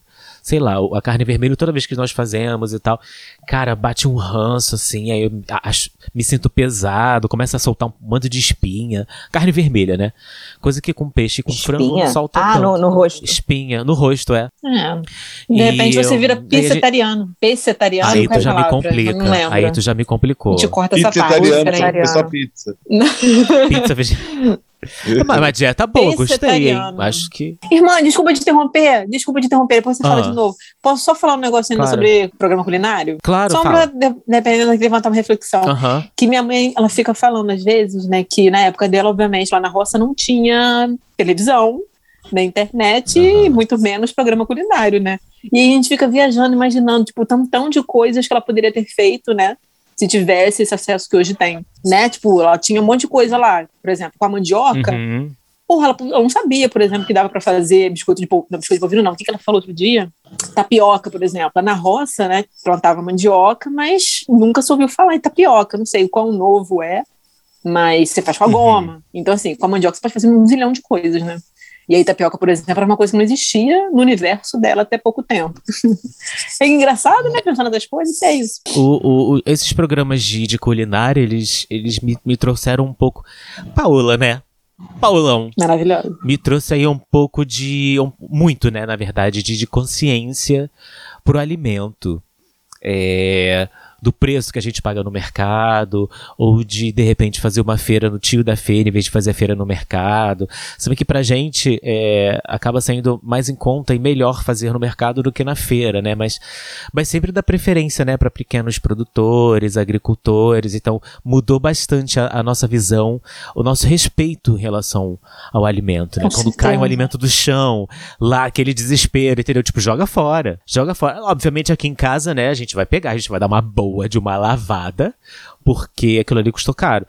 sei lá, a carne vermelha toda vez que nós fazemos e tal, cara, bate um ranço, assim, aí eu acho, me sinto pesado, começa a soltar um monte de espinha. Carne vermelha, né? Coisa que com peixe e com Espinha? frango não solta Ah, tanto. no, no rosto. Espinha, no rosto, é. É. De E repente você eu- vira daí a gente- pescetariano. Pescetariano, Aí qual é tu a já me palavra? Eu complica, não lembro. aí tu já me A complicou. gente corta essa parte. Pizzetariano, peraí. só, só pizza. Pizza vegetariana. Mas a dieta boa, gostei, hein? Pescetariano. Acho que... Irmã, desculpa te interromper. Desculpa te interromper, depois você Ah. fala de novo. Posso só falar um negócio ainda Claro. sobre programa culinário? Claro, Só fala. pra, de- dependendo, levantar uma reflexão. Aham. Que minha mãe, ela fica falando às vezes, né, que na época dela, obviamente, lá na roça não tinha televisão, nem internet, Aham. e muito menos programa culinário, né? E aí a gente fica viajando, imaginando, tipo, o tantão de coisas que ela poderia ter feito, né? Se tivesse esse acesso que hoje tem, né? Tipo, ela tinha um monte de coisa lá, por exemplo, com a mandioca. Uhum. Porra, ela, ela não sabia, por exemplo, que dava pra fazer biscoito de polvilho, não, biscoito de polvilho não, o que, que ela falou outro dia? Tapioca, por exemplo. Lá na roça, né, plantava mandioca, mas nunca se ouviu falar em tapioca, não sei o quão novo é, mas você faz com a Uhum. goma. Então, assim, com a mandioca você pode fazer um zilhão de coisas, né? E aí tapioca, por exemplo, era uma coisa que não existia no universo dela até pouco tempo. É engraçado, né, pensando nessas coisas, é isso. O, o- o- esses programas de, de culinária, eles, eles me, me trouxeram um pouco... Paola, né? Paulão. Maravilhoso. Me trouxe aí um pouco de... um- muito, né, na verdade, de, de consciência pro alimento. É, do preço que a gente paga no mercado, ou de, de repente, fazer uma feira no tio da feira em vez de fazer a feira no mercado. Sabe que pra gente é, acaba saindo mais em conta e melhor fazer no mercado do que na feira, né? Mas, mas sempre dá preferência, né, para pequenos produtores, agricultores. Então, mudou bastante a, a nossa visão, o nosso respeito em relação ao alimento, né? Com Quando certeza. cai um alimento do chão, lá, aquele desespero, entendeu? Tipo, joga fora. Joga fora. Obviamente, aqui em casa, né, a gente vai pegar, a gente vai dar uma boa de uma lavada, porque aquilo ali custou caro.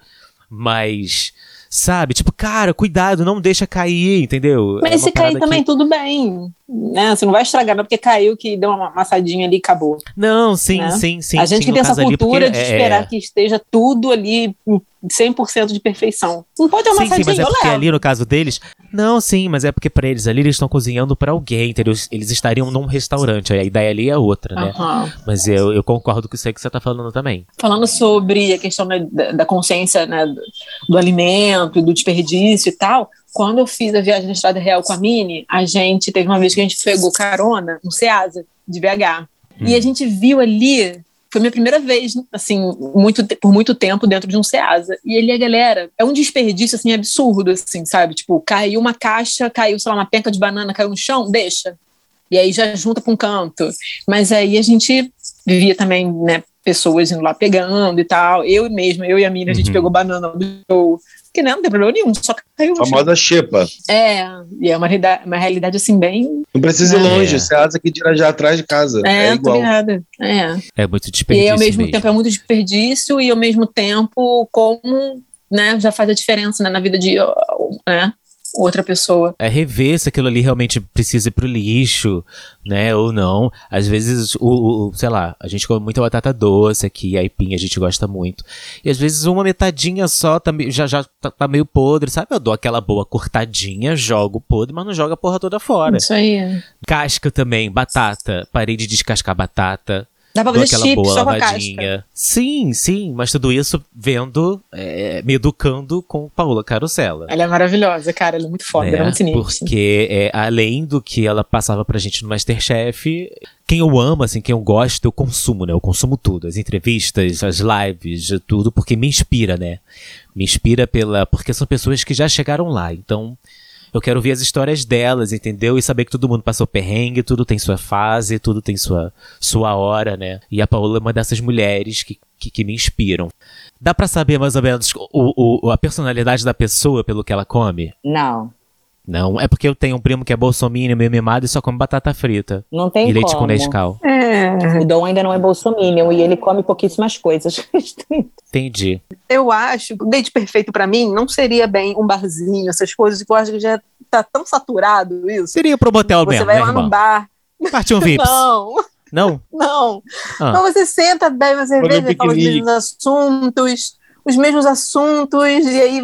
Mas, sabe, tipo, cara, cuidado, não deixa cair, entendeu? Mas É se uma cair parada também, que- tudo bem. Né? Você não vai estragar, não, porque caiu que deu uma amassadinha ali e acabou. Não, sim, Né? sim, sim. a gente sim, que no tem essa caso ali, cultura porque de é- esperar é- que esteja tudo ali em cem por cento de perfeição. Não pode ter uma Sim, sim, amassadinha, mas é eu porque levo. ali no caso deles. Não, sim, mas é porque pra eles ali eles estão cozinhando pra alguém, entendeu? Eles estariam num restaurante, a ideia ali é outra, né? Aham. Mas eu, eu concordo com isso aí que você tá falando também. Falando sobre a questão né, da, da consciência né, do, do alimento e do desperdício e tal, quando eu fiz a viagem na Estrada Real com a Mini, a gente teve uma vez que a gente pegou carona no Ceasa, de B H. E a gente viu ali, foi minha primeira vez, assim, muito, te- por muito tempo dentro de um Ceasa. E ali a galera, é um desperdício, assim, absurdo, assim, sabe? Tipo, caiu uma caixa, caiu, sei lá, uma penca de banana, caiu no chão, deixa. E aí já junta para um canto. Mas aí a gente vivia também, né, pessoas indo lá pegando e tal. Eu mesma, eu e a Miriam, a gente Uhum. pegou banana do show. Que não, não tem problema nenhum, só caiu no chão. Famosa xepa. É, e é uma realidade, uma realidade assim, bem... Não precisa ir É. longe, você asa aqui de já atrás de casa. É, É, tô igual. ligada. É. É muito E desperdício aí, ao mesmo, mesmo. tempo, é muito desperdício e, ao mesmo tempo, como né, já faz a diferença né, na vida de né, outra pessoa. É rever se aquilo ali realmente precisa ir pro lixo, né, ou não. Às vezes, o, o sei lá, a gente come muita batata doce aqui, aipim a gente gosta muito. E às vezes uma metadinha só tá, me- já, já tá, tá meio podre, sabe? Eu dou aquela boa cortadinha, jogo podre, mas não joga a porra toda fora. Isso aí. Casca também, batata. Parei de descascar batata. Dá pra Dou fazer aquela chips boa só com a casca. lavadinha. Sim, sim, mas tudo isso vendo, é, me educando com Paola Carosella. Ela é maravilhosa, cara. Ela é muito foda, né? ela é muito sinistra. Porque é, além do que ela passava pra gente no Masterchef, quem eu amo, assim, quem eu gosto, eu consumo, né? Eu consumo tudo. As entrevistas, as lives, tudo, porque me inspira, né? Me inspira pela... Porque são pessoas que já chegaram lá, então... Eu quero ver as histórias delas, entendeu? E saber que todo mundo passou perrengue, tudo tem sua fase, tudo tem sua, sua hora, né? E a Paola é uma dessas mulheres que, que, que me inspiram. Dá pra saber mais ou menos o, o, a personalidade da pessoa pelo que ela come? Não, Não, é porque eu tenho um primo que é bolsominion, meio mimado e só come batata frita. não tem e leite como. com Nescau. É, O Dom ainda não é bolsominion e ele come pouquíssimas coisas. Entendi. eu acho que o date perfeito pra mim não seria bem um barzinho, essas coisas, que eu acho que já tá tão saturado isso. Seria pro motel Você mesmo, vai né, lá irmão? num bar. Partiu um Vips. Não, Não? não. Ah. Então você senta, bebe uma cerveja, Fazer um fala os piquenique. mesmos assuntos, os mesmos assuntos, e aí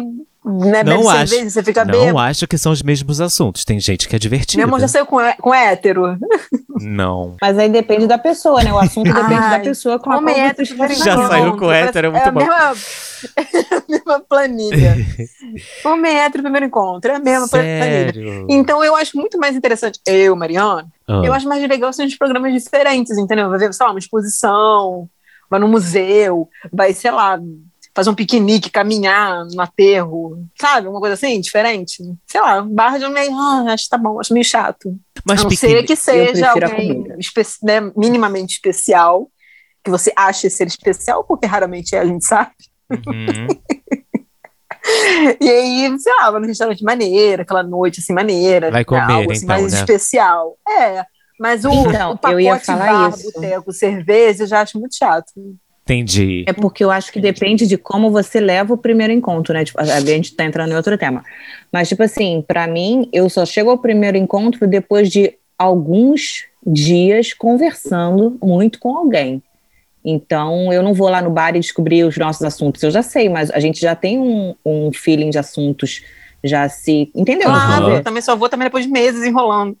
né, Não bebe acho, cerveja, você fica não bêbado. acho que são os mesmos assuntos. Tem gente que é divertida. Meu irmão já saiu com, hé- com hétero. Não. Mas aí depende da pessoa, né? O assunto depende Ai, da pessoa com a homem qual hétero você primeiro está Já encontro. saiu com hétero, é muito a bom. Mesma, é a mesma planilha. Homem hétero primeiro encontro, é a mesma planilha. Sério? Então eu acho muito mais interessante, eu, Mariana, Ah. eu acho mais legal ser uns programas diferentes, entendeu? Vai ver, sei lá, uma exposição, vai no museu, vai, sei lá, fazer um piquenique, caminhar no aterro, sabe? Uma coisa assim, diferente. Sei lá, barra de meio, ah, acho que tá bom, acho meio chato. Mas a não piquenique- ser que Eu seja prefiro a alguém comida. espe- né, minimamente especial, que você ache ser especial, porque raramente é, a gente sabe. Uhum. E aí, sei lá, vai no restaurante maneiro, aquela noite assim maneira. Vai comer, algo assim, então, mais né? especial. É, mas o, Então, o pacote eu ia falar bar, isso. boteco, cerveja, eu já acho muito chato. Entendi. É porque eu acho que depende de como você leva o primeiro encontro, né? Tipo, a gente tá entrando em outro tema. Mas, tipo assim, pra mim, eu só chego ao primeiro encontro depois de alguns dias conversando muito com alguém. Então, eu não vou lá no bar e descobrir os nossos assuntos. Eu já sei, mas a gente já tem um, um feeling de assuntos, já se... Entendeu? Claro, Aham. eu também só vou também depois de meses enrolando.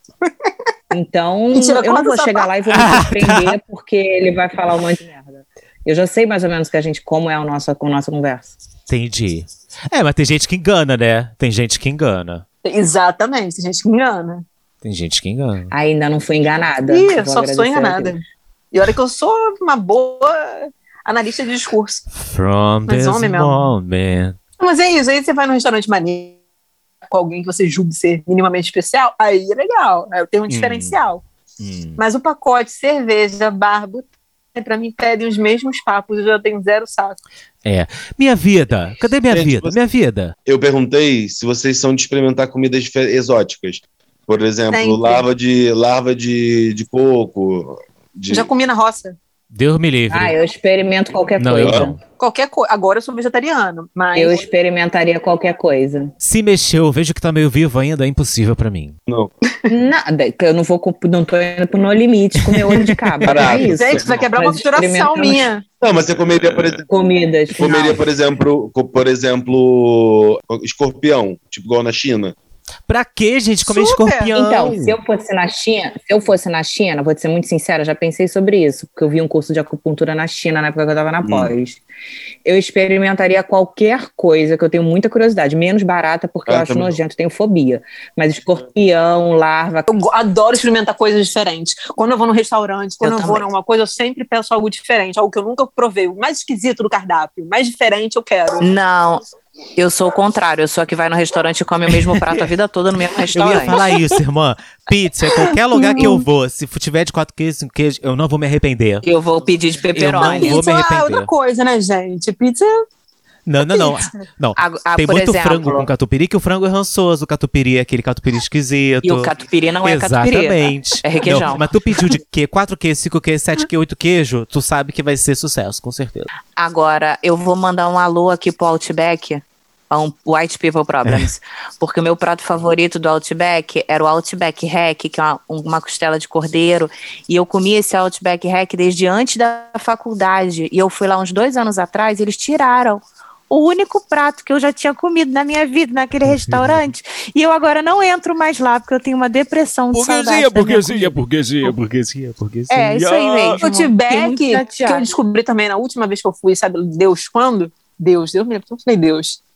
Então, Mentira, eu não conta vou essa chegar lá e vou me surpreender porque ele vai falar um monte de merda. Eu já sei mais ou menos que a gente, como é a nossa, a nossa conversa. Entendi. É, mas tem gente que engana, né? Tem gente que engana. Exatamente, tem gente que engana. Tem gente que engana. Ainda não fui enganada. Ih, eu Vou só agradecer sou a enganada. Deus. E olha que eu sou uma boa analista de discurso. From Mas this homem mesmo. moment. Mas é isso, aí você vai num restaurante maneiro com alguém que você julgue ser minimamente especial, aí é legal, aí tem um diferencial. Hum. Mas o pacote, cerveja, bar, boteco, pra mim pedem os mesmos papos, eu já tenho zero saco. É. Minha vida. Cadê minha Gente, vida? você- Minha vida. Eu perguntei se vocês são de experimentar comidas difer- exóticas. Por exemplo, Sempre. larva de larva de, de coco. De... Já comi na roça. Deus me livre. Ah, eu experimento qualquer Não, coisa. eu não. Qualquer coisa. Agora eu sou vegetariano, mas. Eu experimentaria qualquer coisa. Se mexeu, vejo que tá meio vivo ainda, é impossível pra mim. Não. Nada, que eu não vou, com- não tô indo pro No Limite comer olho de cabra. Caraca. É isso. Gente, você vai quebrar uma Nós obturação experimentamos minha. Não, mas você comeria, por exemplo, Comidas. comeria, não. por exemplo, co- por exemplo, escorpião, tipo igual na China. Pra que, gente, comer Super. escorpião? Então, se eu fosse na China, se eu fosse na China, vou te ser muito sincera, já pensei sobre isso, porque eu vi um curso de acupuntura na China na época que eu estava na pós. Eu experimentaria qualquer coisa, que eu tenho muita curiosidade, menos barata, porque Ah, eu acho também. nojento, tenho fobia. Mas escorpião, larva, Eu go- adoro experimentar coisas diferentes. Quando eu vou num restaurante, quando Eu eu, vou também. numa coisa, eu sempre peço algo diferente, algo que eu nunca provei. O mais esquisito do cardápio, o mais diferente eu quero. Não, eu sou o contrário. Eu sou a que vai no restaurante e come o mesmo prato a vida toda no mesmo Eu ia restaurante. falar isso, irmã. Pizza, qualquer lugar que eu vou, se tiver de quatro queijos, cinco queijos, eu não vou me arrepender. Eu vou pedir de Eu pepperoni. não vou me Pizza é arrepender. outra coisa, né, gente? Pizza Não, não, não. Não. A- a- Tem por muito exemplo, frango com catupiry, que o frango é rançoso, o catupiry é aquele catupiry esquisito. E o catupiry não é catupiry. Exatamente. É requeijão. Não, mas tu pediu de quê? Quatro queijos, cinco queijos, sete queijos, oito queijos, tu sabe que vai ser sucesso, com certeza. Agora, eu vou mandar um alô aqui pro Outback, um White People Problems, porque o meu prato favorito do Outback era o Outback Hack, que é uma, uma costela de cordeiro, e eu comi esse Outback Hack desde antes da faculdade, e eu fui lá uns dois anos atrás, e eles tiraram o único prato que eu já tinha comido na minha vida naquele restaurante, e eu agora não entro mais lá, porque eu tenho uma depressão de saudade da minha comida. burguesia, burguesia, burguesia. É, isso aí mesmo. O Outback, Fiquei muito que eu chateada. descobri também na última vez que eu fui, sabe, Deus quando? Deus, Deus mesmo, eu falei Deus.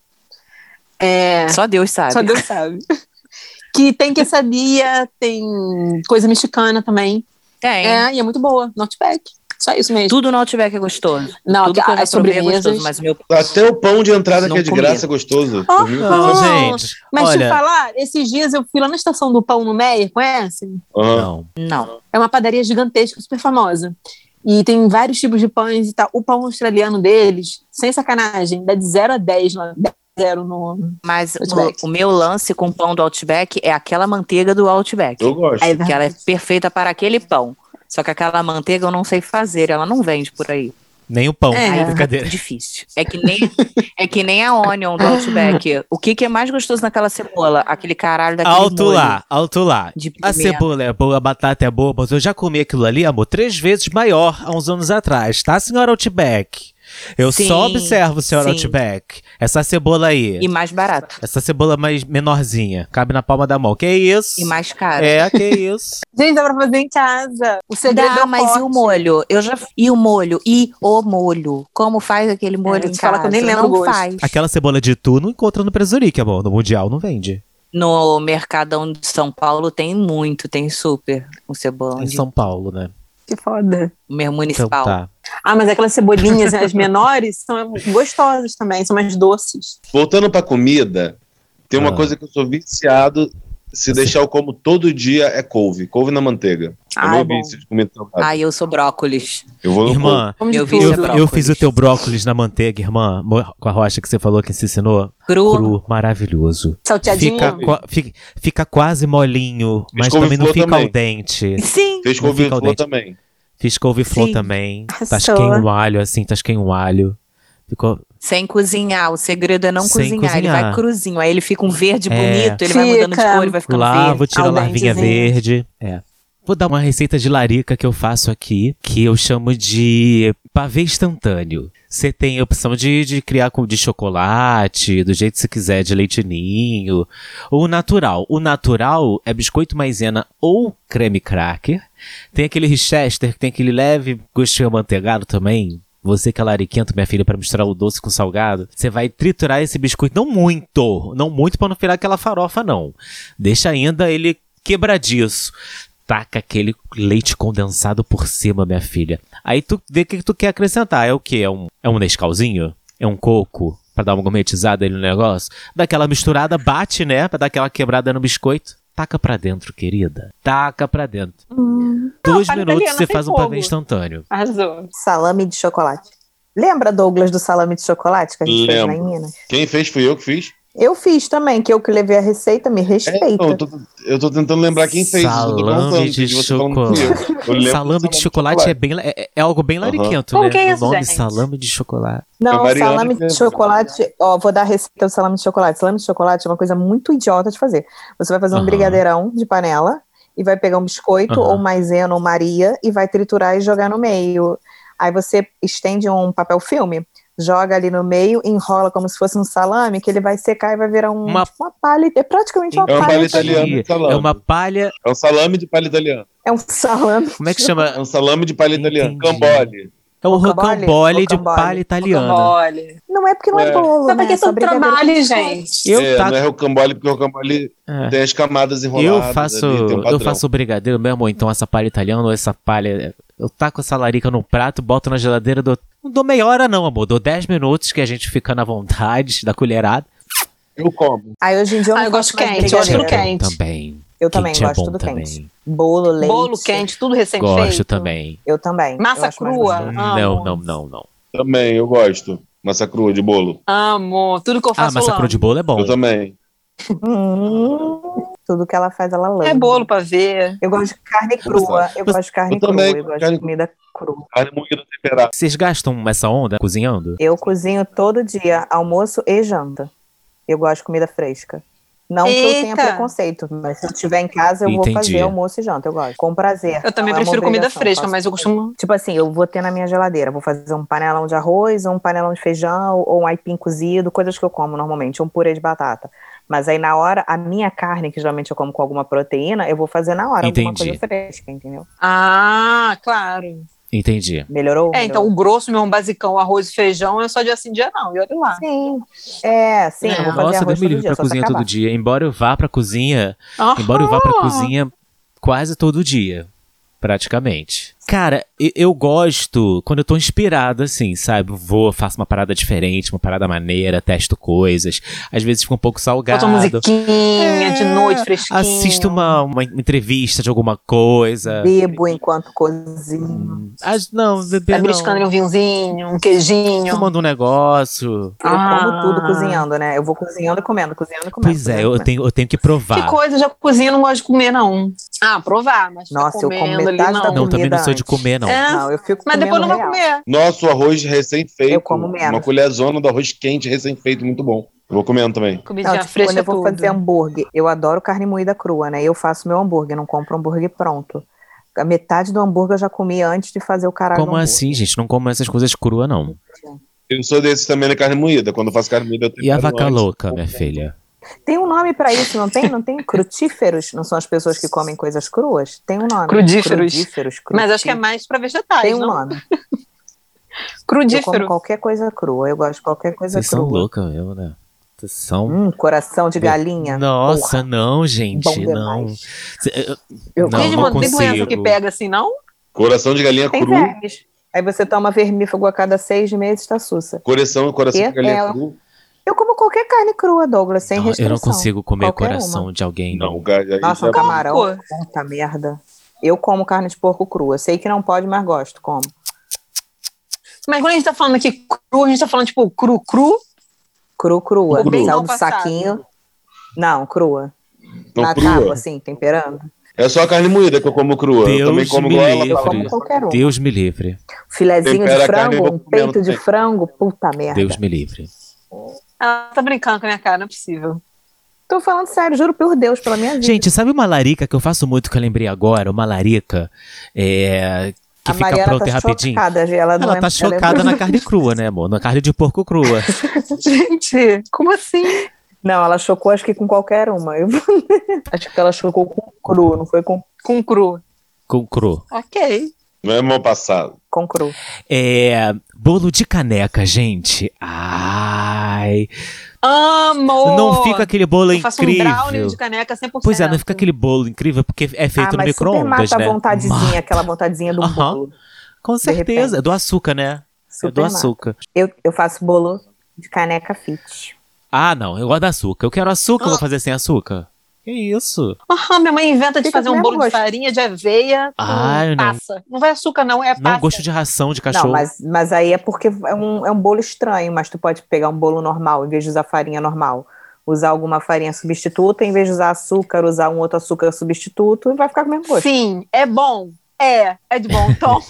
É, Só Deus sabe. só Deus sabe. Que tem quesadilla, tem coisa mexicana também. Tem. É, e é muito boa, no Outback. Só isso mesmo. Tudo no Outback é gostoso. Não, Tudo que eu já as provei é sobremesas. gostoso, mas o meu Até o pão de entrada Não que é de comi. graça é gostoso. Ah, Por mim, ah. Não, tá gente, Mas olha... te falar, esses dias eu fui lá na estação do Pão no Meyer, conhece? Aham. Não. não. É uma padaria gigantesca, super famosa. E tem vários tipos de pães e tal. O pão australiano deles, sem sacanagem, dá de zero a dez lá. Zero no Mas Outback. o, o meu lance com o pão do Outback é aquela manteiga do Outback. Eu gosto. Aí, Que ela é perfeita para aquele pão. Só que aquela manteiga eu não sei fazer, ela não vende por aí. Nem o pão. É. Aí é Brincadeira. difícil. É que nem, é que nem a onion do Outback. O que, que é mais gostoso naquela cebola? Aquele caralho daquele Alto molho lá, alto lá. de A pimenta. cebola é boa, a batata é boa, mas eu já comi aquilo ali, amor, três vezes maior há uns anos atrás, tá, senhora Outback? Eu Sim, só observo, senhor sim. Outback. Essa cebola aí. E mais barato. Essa cebola mais menorzinha. Cabe na palma da mão. Que isso? E mais caro. É, que isso. Gente, dá pra fazer em casa. O segredo é Dá, o mas e o pote. molho? Eu já e o molho e o molho. Como faz aquele molho a em gente fala casa? que eu nem lembro não o gosto. faz. Aquela cebola de tu não encontra no Presurique, amor. No Mundial não vende. No Mercadão de São Paulo tem muito, tem super o cebolão Em de São Paulo, né? Que foda. meu Então municipal. tá. Ah, mas aquelas cebolinhas, as menores, são gostosas também, são mais doces. Voltando pra comida, tem uma Ah. coisa que eu sou viciado. Se deixar eu como todo dia é couve. Couve na manteiga. Eu Ah, não é ouvi bom. isso de comida salgada. Ai, eu sou brócolis. Eu vou no Irmã, Como de Eu vi tudo. eu, seu eu brócolis. fiz o teu brócolis na manteiga, irmã. mo- Com a rocha que você falou que se ensinou. Cru. Cru, maravilhoso. Salteadinho. Fica, qua- fica, fica quase molinho, mas couve-flor também não fica também. al dente. Sim. Fez Não fica couve-flor ao dente. também. Fiz couve-flor Sim. também. Arrasou. Tasquei um alho, assim, tasquei um alho. Ficou. Sem cozinhar. O segredo é não Sem cozinhar. Ele cozinhar. vai cruzinho. Aí ele fica um verde É. bonito. Ele vai mudando de Fica. cor e vai ficando Lá, verde. vou tirar a Al larvinha dentezinho. verde. É. Vou dar uma receita de larica que eu faço aqui, que eu chamo de pavê instantâneo. Você tem a opção de, de criar com de chocolate, do jeito que você quiser, de leite ninho, ou natural. O natural é biscoito maisena ou creme cracker. Tem aquele Richester que tem aquele leve gostinho amanteigado também. Você que é lariquento, minha filha, para misturar o doce com o salgado, você vai triturar esse biscoito, não muito, não muito para não virar aquela farofa, não. Deixa ainda ele quebradiço. Taca aquele leite condensado por cima, minha filha. Aí tu vê o que tu quer acrescentar. É o quê? É um, é um Nescauzinho? É um coco? Pra dar uma gourmetizada ali no negócio? Dá aquela misturada, bate, né? Pra dar aquela quebrada no biscoito. Taca pra dentro, querida. Taca pra dentro. Hum. Dois Não, a minutos italiana você tem faz um fogo. pavê instantâneo. Arrasou. Salame de chocolate. Lembra, Douglas, do salame de chocolate que a gente fez lá Lembro. em Minas? Quem fez fui eu que fiz. Eu fiz também, que eu que levei a receita, me É, respeita. então, eu, tô, eu tô tentando lembrar quem fez. Eu tô Salame perguntando, de que você falando que fui eu. Eu lembro do Salame de chocolate é, bem, la- é, é algo bem Aham. lariquento, Como né? que é O isso, nome gente? salame de chocolate. Não, A Mariana salame que de lembra. chocolate. Ó, vou dar a receita do salame de chocolate. Salame de chocolate é uma coisa muito idiota de fazer. Você vai fazer um Aham. brigadeirão de panela e vai pegar um biscoito Aham. ou maisena ou Maria e vai triturar e jogar no meio. Aí você estende um papel filme, joga ali no meio, enrola como se fosse um salame, que ele vai secar e vai virar um, Uma- uma palha. É praticamente uma É uma palha. palha italiana. italiana de salame. É uma palha. É um salame de palha italiana. É um salame. Como é que chama? É um salame de palha italiana. Entendi. Cambole. É o Rocambole? rocambole de Rocambole. palha italiana. Rocambole. Não é porque não é, É. bolo, Mas né? pra que É só tanto brigadeiro com trabalho, chocolate. gente? Eu, é, taco- não é rocambole, porque o rocambole é. tem as camadas enroladas. Eu faço, ali, tem um eu padrão. faço o brigadeiro mesmo, ou então essa palha italiana, ou essa palha. Eu taco essa larica no prato, boto na geladeira, dou, não dou meia hora não, amor. Dou dez minutos que a gente fica na vontade da colherada. Eu como. Aí hoje em dia eu não Ah, eu gosto faço mais quente, eu gosto do brigadeiro. quente. Também. Eu também Quente é gosto bom do também. quente. Bolo, leite. Bolo quente, tudo recém-feito. Gosto também. Eu também. Eu Massa acho mais crua. gostoso. Não, Amo. não, não, não. Também, eu gosto. Massa crua de bolo. Amo. Tudo que eu Ah, faço massa eu crua de amo. bolo é bom. Eu também. Hum, tudo que ela faz, ela lama. É bolo pra ver. Eu gosto de carne crua. Eu gosto de carne Eu crua. também, Eu gosto carne de comida crua. Carne moída temperada. Vocês gastam essa onda cozinhando? Eu cozinho todo dia, almoço e janta. Eu gosto de comida fresca. Não que eu tenha Eita! preconceito, mas se eu estiver em casa, eu vou Entendi. fazer almoço e janta. Eu gosto. Com prazer. Eu também Não é uma prefiro comida obrigação, fresca, faço mas eu com costumo. Tipo assim, eu vou ter na minha geladeira, vou fazer um panelão de arroz, ou um panelão de feijão, ou um aipim cozido, coisas que eu como normalmente, um purê de batata. Mas aí na hora, a minha carne, que geralmente eu como com alguma proteína, eu vou fazer na hora, alguma Entendi. coisa fresca, entendeu? Ah, claro. Entendi. Melhorou? É, então Melhorou? o grosso, meu basicão, arroz e feijão, é só dia sim, dia não. E olha lá. Sim, é, sim, É. eu vou fazer Nossa, arroz Deus me todo livre dia, pra só se cozinha acabar. todo dia. Embora eu vá pra cozinha, Ah, embora eu vá pra cozinha quase todo dia, praticamente. Cara, e- eu gosto quando eu tô inspirado, assim, sabe? Vou, faço uma parada diferente, uma parada maneira, testo coisas. Às vezes fica um pouco salgado. Bota uma musiquinha de noite, fresquinho. Assisto uma, uma entrevista de alguma coisa. Bebo enquanto cozinho. As- não, bebê Tá não. beliscando um vinhozinho, um queijinho. Tomando um negócio. Eu Ah. como tudo cozinhando, né? Eu vou cozinhando e comendo, cozinhando e comendo. Pois é, cozinhando e eu comendo. tenho, eu tenho que provar. Que coisa, eu já cozinho, não gosto de comer, não. Ah, provar, mas ficar Nossa, eu como comendo ali, metade não. da Não, também não comida sou de antes. comer, não. É, Não, eu fico mas depois comendo não vai real. comer. Nossa, o arroz recém-feito. Eu como menos. Uma colherzona do arroz quente recém-feito, muito bom. Eu vou comendo também. Comidinha Não, tipo, fresca quando eu vou tudo. fazer hambúrguer, eu adoro carne moída crua, né? Eu faço meu hambúrguer, não compro hambúrguer pronto. A metade do hambúrguer eu já comi antes de fazer o caralho Como do hambúrguer. assim, gente? Não como essas coisas cruas, não. Eu sou desses também na carne moída. Quando eu faço carne moída, eu E a tempero vaca antes. louca, minha filha? Tem um nome pra isso, não tem? Não tem? Crutíferos? Não são as pessoas que comem coisas cruas? Tem um nome. Crudíferos. Crudíferos. Mas acho que é mais pra vegetais, Tem um não? nome. Eu como Crudífero. qualquer coisa crua. Eu gosto de qualquer coisa Vocês são crua. loucas mesmo, né? Vocês são... Hum, coração de galinha. Nossa, Porra, não, gente, bom não. demais. Cê- eu- Eu Não, Gente, não mano, tem doença consigo. que pega assim, não? Coração de galinha Tem cru. vermes. Aí você toma vermífugo a cada seis meses, tá sussa. Coração, coração E de galinha é- cru. Eu como qualquer carne crua, Douglas, sem Não, restrição. eu não consigo comer Qualquer coração uma. de alguém, Não, não. cara, aí Nossa, já- um camarão. Porco. Puta merda. Eu como carne de porco crua. Sei que não pode, mas gosto. Como. Mas quando a gente tá falando aqui cru, a gente tá falando tipo cru, cru? Cru, crua. Cru. Saiu Não do passado. saquinho. Não, crua. Não, Na crua. tábua, assim, temperando. É só a carne moída que eu como crua. eu Deus também como me igual ela livre. Eu como falou. qualquer uma. Deus me livre. Filezinho Tempera de a carne e frango, vou um comendo peito de também. frango, puta merda. Deus me livre. Ela tá brincando com a minha cara, não é possível. Tô falando sério, juro por Deus, pela minha vida. Gente, sabe uma larica que eu faço muito, que eu lembrei agora? Uma larica é, que a fica Mariana pronta tá e rapidinho. chocada, ela não Ela é- tá ela é- chocada na carne crua, né, amor? Na carne de porco crua. Gente, como assim? Não, ela chocou acho que com qualquer uma. Eu- acho que ela chocou com cru, não foi com, Com cru. Com cru. Ok. Não é mal passado. com cru. É, bolo de caneca, gente. Ai. Amo! Não fica aquele bolo Eu faço um brownie incrível. de caneca cem por cento. Pois é, não fica aquele bolo incrível porque é feito ah, no mas super micro-ondas, mata né? a vontadezinha, Mata. aquela vontadezinha do Aham. bolo. Com certeza. repente. É do açúcar, né? Super é do mata. açúcar. Eu, eu faço bolo de caneca fit. Ah, não. Eu gosto de açúcar. Eu quero açúcar, eu vou Ah. fazer sem açúcar. Que isso? Aham, minha mãe inventa de Fica fazer com um o bolo mesmo de gosto. farinha, de aveia, com Ai, não. passa. Não vai açúcar, não, é passa. Não, gosto de ração de cachorro. Não, mas, mas aí é porque é um, é um bolo estranho, mas tu pode pegar um bolo normal, em vez de usar farinha normal, usar alguma farinha substituta, em vez de usar açúcar, usar um outro açúcar substituto, e vai ficar com o mesmo gosto. Sim, é bom. É, é de bom tom.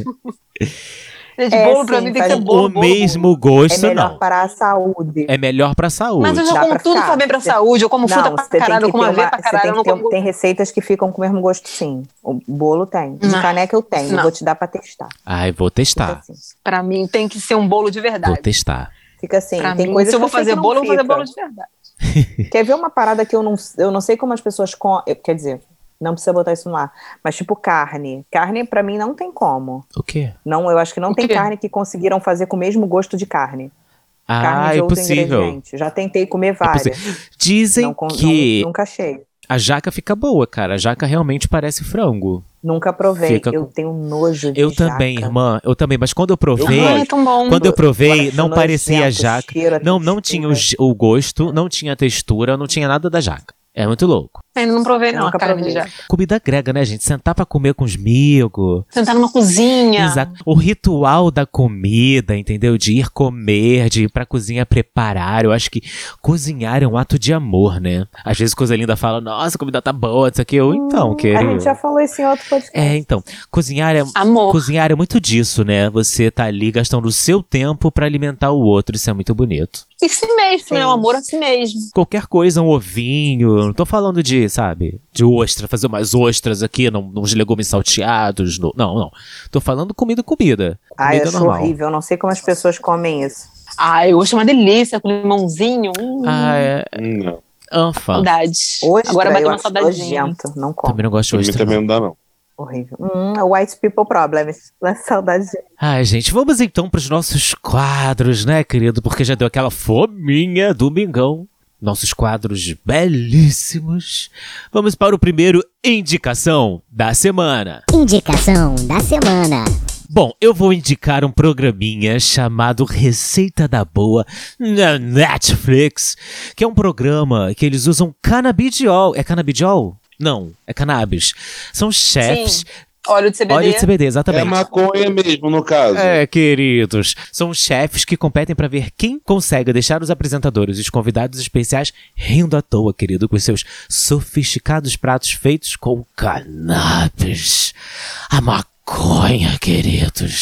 Gente, É, bolo pra sim, mim tem que faz ser um- bolo, o bolo, mesmo bolo. gosto, É melhor não. para a saúde. É melhor pra saúde. Mas eu já Dá como pra tudo ficar. também pra Você- saúde. Eu como fruta Não, pra você tem caralho, que eu como ter aveia uma, pra você caralho, tem eu não que ter, como... tem receitas que ficam com o mesmo gosto, sim. O bolo tem. De Não. caneca eu tenho, Não. vou te dar pra testar. Ai, vou Fica testar. assim. Pra mim tem que ser um bolo de Vou verdade. testar. Fica assim. Pra tem mim, coisas se eu vou que sei fazer que não bolo, eu vou fazer fica. bolo de verdade. Quer ver uma parada que eu não, eu não sei como as pessoas comem. Quer dizer, não precisa botar isso no ar. Mas tipo carne. Carne pra mim não tem como. O quê? Não, eu acho que não O tem quê? carne que conseguiram fazer com o mesmo gosto de carne. Carne Ah, de é outro possível. ingrediente. Já tentei comer É várias. possível. Dizem Não, con- que não- nunca achei. a jaca fica boa, cara. A jaca realmente parece frango. Nunca provei. Fica Eu com- tenho nojo de Eu jaca. também, irmã. Eu também. Mas quando eu provei, Ai, é tão bom. quando eu provei, Eu acho não parecia nojento, jaca. cheiro, Não, não tinha o, textura. o gosto, não tinha textura, não tinha nada da jaca. É muito louco. Ainda não provei, Eu não, a nunca carne de provei. jaca. Comida grega, né, gente? Sentar pra comer com os amigos. Sentar numa cozinha. Exato. O ritual da comida, entendeu? De ir comer, de ir pra cozinha preparar. Eu acho que cozinhar é um ato de amor, né? Às vezes coisa linda fala, nossa, a comida tá boa, isso aqui. Eu, então, A querido. gente já falou isso em outro podcast. É, então, cozinhar é, Amor. cozinhar é muito disso, né? Você tá ali gastando o seu tempo pra alimentar o outro, isso é muito bonito. E si mesmo, Sim. né? O amor a si mesmo. Qualquer coisa, um ovinho, não tô falando de, sabe, de ostra, fazer umas ostras aqui, num- uns legumes salteados, no- não, não. Tô falando comida, comida. Ai, eu Comida acho normal. horrível. Eu não sei como as pessoas comem isso. Ai, eu acho uma delícia, com limãozinho. Hum, Ah, é, Hum, Não, anfa. saudade. Ostra, Agora bateu eu uma acho saudadinha. nojento. Não como. Também não gosto de pra mim ostra, também não. não dá, não. Horrível. Hum, white people problems. Saudade de... Ai, gente, vamos então pros nossos quadros, né, querido? Porque já deu aquela fominha domingão. Nossos quadros belíssimos. Vamos para o primeiro Indicação da Semana. Indicação da semana. Bom, eu vou indicar um programinha chamado Receita da Boa na Netflix, que é um programa que eles usam canabidiol. É canabidiol? Não, é cannabis. São chefs. Sim. Óleo de C B D. Óleo de C B D, É exatamente. maconha mesmo, no caso. É, queridos. São chefes que competem pra ver quem consegue deixar os apresentadores e os convidados especiais rindo à toa, querido, com seus sofisticados pratos feitos com cannabis. A maconha, queridos.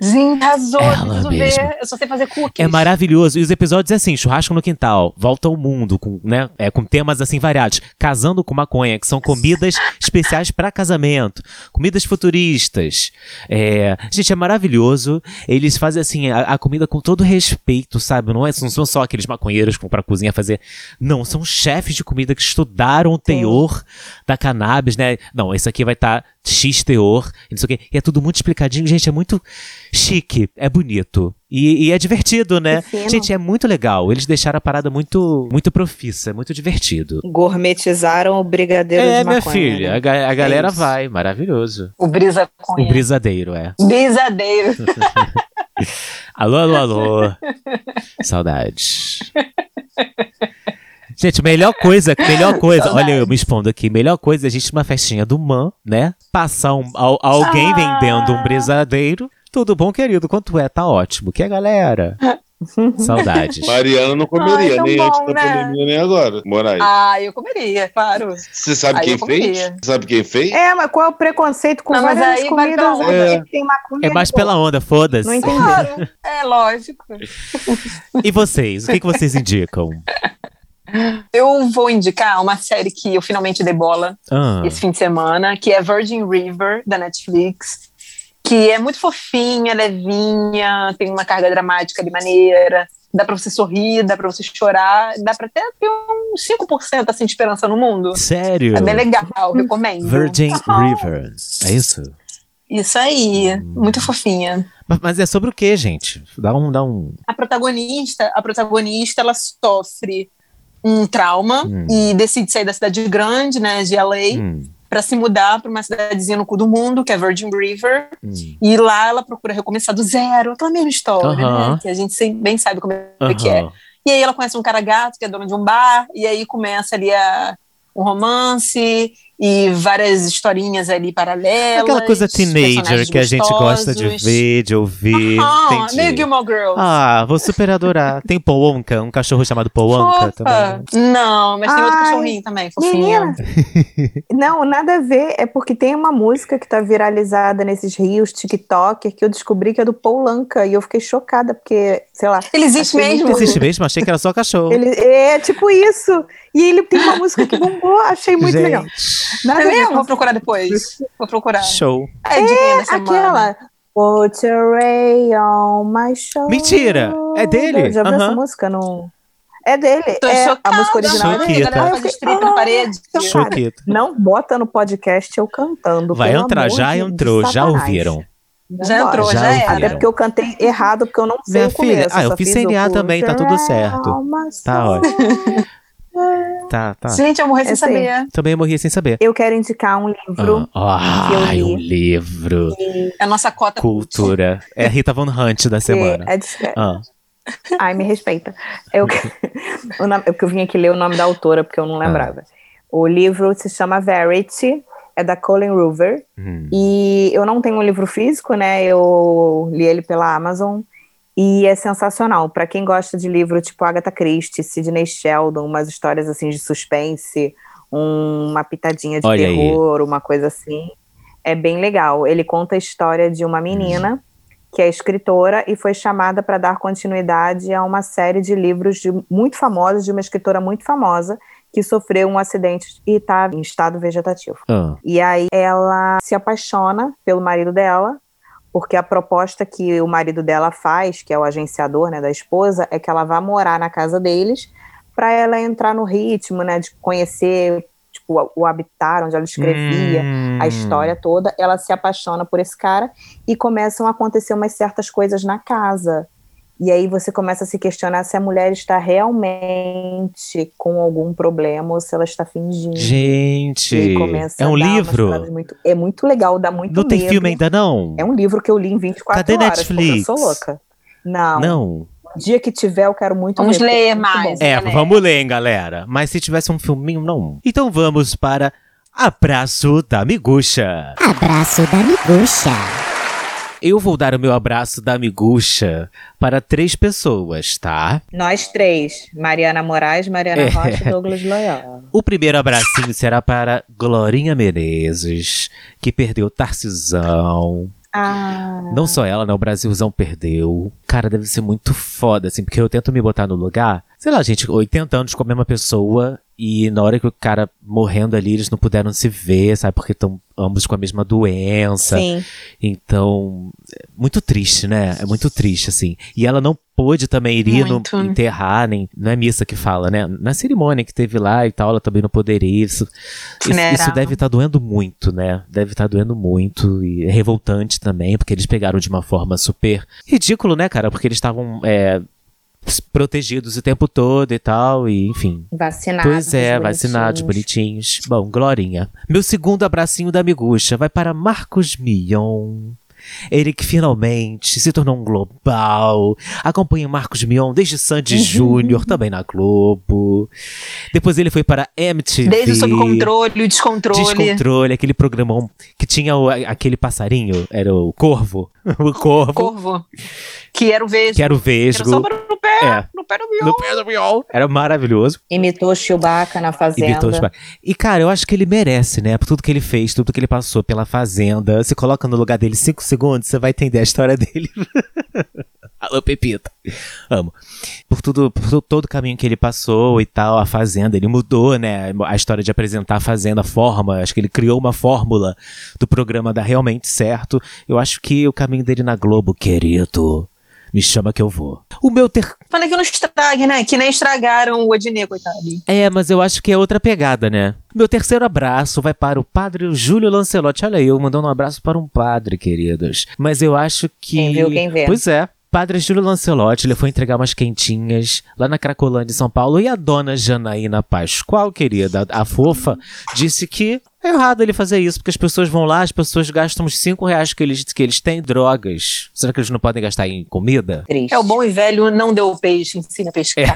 Sim, arrasou, Ela preciso mesma. ver. Eu só sei fazer cookies. É maravilhoso. E os episódios é assim, churrasco no quintal, volta ao mundo, com, né, é, com temas assim variados. Casando com maconha, que são comidas especiais para casamento. Comidas futuristas. É, gente, é maravilhoso. Eles fazem assim, a, a comida com todo respeito, sabe? Não, é, não são só aqueles maconheiros que vão pra cozinha fazer. Não, são chefes de comida que estudaram o teor da cannabis, né? Não, esse aqui vai estar... Tá X teor, não sei o quê. E é tudo muito explicadinho, gente, é muito chique, é bonito. E, e é divertido, né? Gente, é muito legal. Eles deixaram a parada muito, muito profissa, é muito divertido. Gourmetizaram o brigadeiro É, de maconha. minha filha, né? a, ga- a galera É isso. vai, maravilhoso. O brisa O brisadeiro, é. Brisadeiro. Alô, alô, alô. Saudades. Gente, melhor coisa, melhor coisa, olha eu me expondo aqui, melhor coisa é a gente ir numa festinha do M A M, né? Passar um, al- alguém Ah. vendendo um brisadeiro. Tudo bom, querido? Quanto é? Tá ótimo. Que é, galera? Saudades. Mariana não Ai, comeria, tão nem bom, antes da né? pandemia, nem agora. Moraes. Ah, eu comeria, claro. Você sabe aí quem eu comeria. fez? Você sabe quem fez? É, mas qual é o preconceito com Não, mas várias aí vai comidas pela onda. aqui que tem maconha? É mais pô? pela onda, foda-se. Não entendi. Claro, é lógico. E vocês? O que, que vocês indicam? Eu vou indicar uma série que eu finalmente dei bola Ah, esse fim de semana, que é Virgin River, da Netflix, que é muito fofinha, levinha, tem uma carga dramática de maneira, dá pra você sorrir, dá pra você chorar, dá pra até ter uns cinco por cento assim, de esperança no mundo. sério? É bem legal, recomendo. Virgin Ah, River. É isso? Isso aí, muito fofinha. Mas, mas é sobre o que, gente? Dá um, dá um... A protagonista, a protagonista, ela sofre um trauma Hum. e decide sair da cidade grande, né, de L A, Hum, pra se mudar pra uma cidadezinha no cu do mundo, que é Virgin River. hum. E lá ela procura recomeçar do zero, aquela mesma história, Aham. né? Que a gente sempre bem sabe como é que é. Aham. E aí ela conhece um cara gato, que é dono de um bar, e aí começa ali a, um romance e várias historinhas ali paralelas. Aquela coisa teenager personagens que a gente gosta de gostosos. ver, de ouvir. Aham, Entendi. meio Gilmore Girls. Ah, vou super adorar. Tem Poonka, um cachorro chamado Poonka Fofa. também. Não, mas tem outro Ai, cachorrinho também, fofinho. Menina, não, nada a ver. É porque tem uma música que tá viralizada nesses rios, TikToker, que eu descobri que é do Paul Anka e eu fiquei chocada, porque, sei lá. Ele existe achei mesmo? muito- Existe mesmo? Achei que era só cachorro. Ele, é tipo isso. E ele tem uma música que bombou, achei muito Gente, legal. Nada É a ver mesmo? com Vou procurar depois. Vou procurar. show. É, diquinha da semana. aquela. Put a ray on my shoulder. Mentira! É dele? Já viu Aham. essa música? Não. É dele. Tô é, chocada, a música original é mano. dele. Choqueta. A galera Aí eu faz fiquei, strip na ah, parede. cara, Choqueta. Não bota no podcast eu cantando. Vai pelo entrar, amor já de- entrou, de já Satanás. ouviram. Não Já bota. entrou, Já já era. ouviram. Até porque eu cantei errado, porque eu não sei Minha o começo. filha, ah, eu só fiz fiz C N A o também, tá tudo certo. Tá ótimo. Tá, tá. Gente, eu morri sem Essa aí. saber. Também morri sem saber. Eu quero indicar um livro. Ah, que eu ai, li. um livro. É a nossa cota. Cultura. É a Rita Von Hunt da que semana. é de- Ah, Ai, me respeita. Eu, o nome, eu, que eu vim aqui ler o nome da autora, porque eu não lembrava. O livro se chama Verity, é da Colin Hoover. hum. E eu não tenho um livro físico, né? Eu li ele pela Amazon. E é sensacional. Para quem gosta de livro tipo Agatha Christie, Sidney Sheldon, umas histórias assim de suspense, um- uma pitadinha de Olha aí. terror, uma coisa assim. É bem legal. Ele conta a história de uma menina que é escritora e foi chamada para dar continuidade a uma série de livros de, muito famosos, de uma escritora muito famosa, que sofreu um acidente e está em estado vegetativo. Ah, E aí ela se apaixona pelo marido dela, porque a proposta que o marido dela faz, que é o agenciador, né, da esposa, é que ela vá morar na casa deles para ela entrar no ritmo, né, de conhecer tipo, o- o habitat onde ela escrevia, hum. a história toda. Ela se apaixona por esse cara e começam a acontecer umas certas coisas na casa. E aí você começa a se questionar se a mulher está realmente com algum problema ou se ela está fingindo. E Gente, aí começa é um a dar umas livro? paradas Muito, é muito legal, dá muito Não tem medo. filme ainda não? É um livro que eu li em vinte e quatro Cadê horas, Netflix? porque eu sou louca. Não, Não. dia que tiver eu quero muito Vamos ver, porque ler é muito mais. bom. É, galera. vamos ler, hein, galera. Mas se tivesse um filminho, não. Então vamos para Abraço da Miguxa. Abraço da Miguxa. Eu vou dar o meu abraço da Miguxa para três pessoas, tá? Nós três, Mariana Moraes, Mariana É. Rocha e Douglas Loyola. O primeiro abracinho será para Glorinha Menezes, que perdeu Tarcisão. Ah. Não só ela, né? O Brasilzão perdeu. Cara, deve ser muito foda, assim, porque eu tento me botar no lugar. Sei lá, gente, oitenta anos com a mesma pessoa e na hora que o cara morrendo ali, eles não puderam se ver, sabe? Porque estão ambos com a mesma doença. Sim. Então, é muito triste, né? É muito triste, assim. E ela não pôde também ir no Muito. enterrar, nem, não é missa que fala, né? Na cerimônia que teve lá e tal, ela também não poderia. Isso, isso, Funeral. isso deve estar doendo muito, né? Deve estar doendo muito e é revoltante também, porque eles pegaram de uma forma super ridículo, né, cara? Porque eles estavam é, protegidos o tempo todo e tal, e enfim. Vacinados. Pois é, bonitinhos. vacinados, bonitinhos. Bom, Glorinha. Meu segundo abracinho da Miguxa vai para Marcos Mion. Ele que finalmente se tornou um global. Acompanha Marcos Mion desde Sandy Júnior, também na Globo. Depois ele foi para M T V. Desde Sob Controle, o Descontrole. Descontrole, aquele programão que tinha o, aquele passarinho, era o Corvo. O Corvo. Corvo. Que era o Vesgo. Que era o Era Vesgo. só no pé, É. no pé do Mion. No pé do Mion. Era maravilhoso. Imitou Chewbacca na Fazenda. Imitou os pa- E, cara, eu acho que ele merece, né? Por tudo que ele fez, tudo que ele passou pela Fazenda. Se coloca no lugar dele cinco segundos, você vai entender a história dele. Alô, Pepita. Amo. Por tudo, por to- todo o caminho que ele passou e tal, a Fazenda, ele mudou, né? A história de apresentar a Fazenda, a forma. Acho que ele criou uma fórmula do programa dar realmente certo. Eu acho que o caminho dele na Globo, querido, me chama que eu vou. O meu ter... Falei que não estrague, né? Que nem estragaram o Adnet, coitado. É, mas eu acho que é outra pegada, né? Meu terceiro abraço vai para o padre Júlio Lancelotti. Olha aí, eu mandando um abraço para um padre, queridos. Mas eu acho que... Quem viu, quem vê. Pois é. Padre Júlio Lancelotti, ele foi entregar umas quentinhas lá na Cracolândia, em São Paulo. E a dona Janaína Pascoal, querida, a fofa, disse que é errado ele fazer isso, porque as pessoas vão lá, as pessoas gastam os cinco reais que eles, que eles têm em drogas. Será que eles não podem gastar em comida? Triste. É o bom e velho, não deu peixe, ensina a pescar.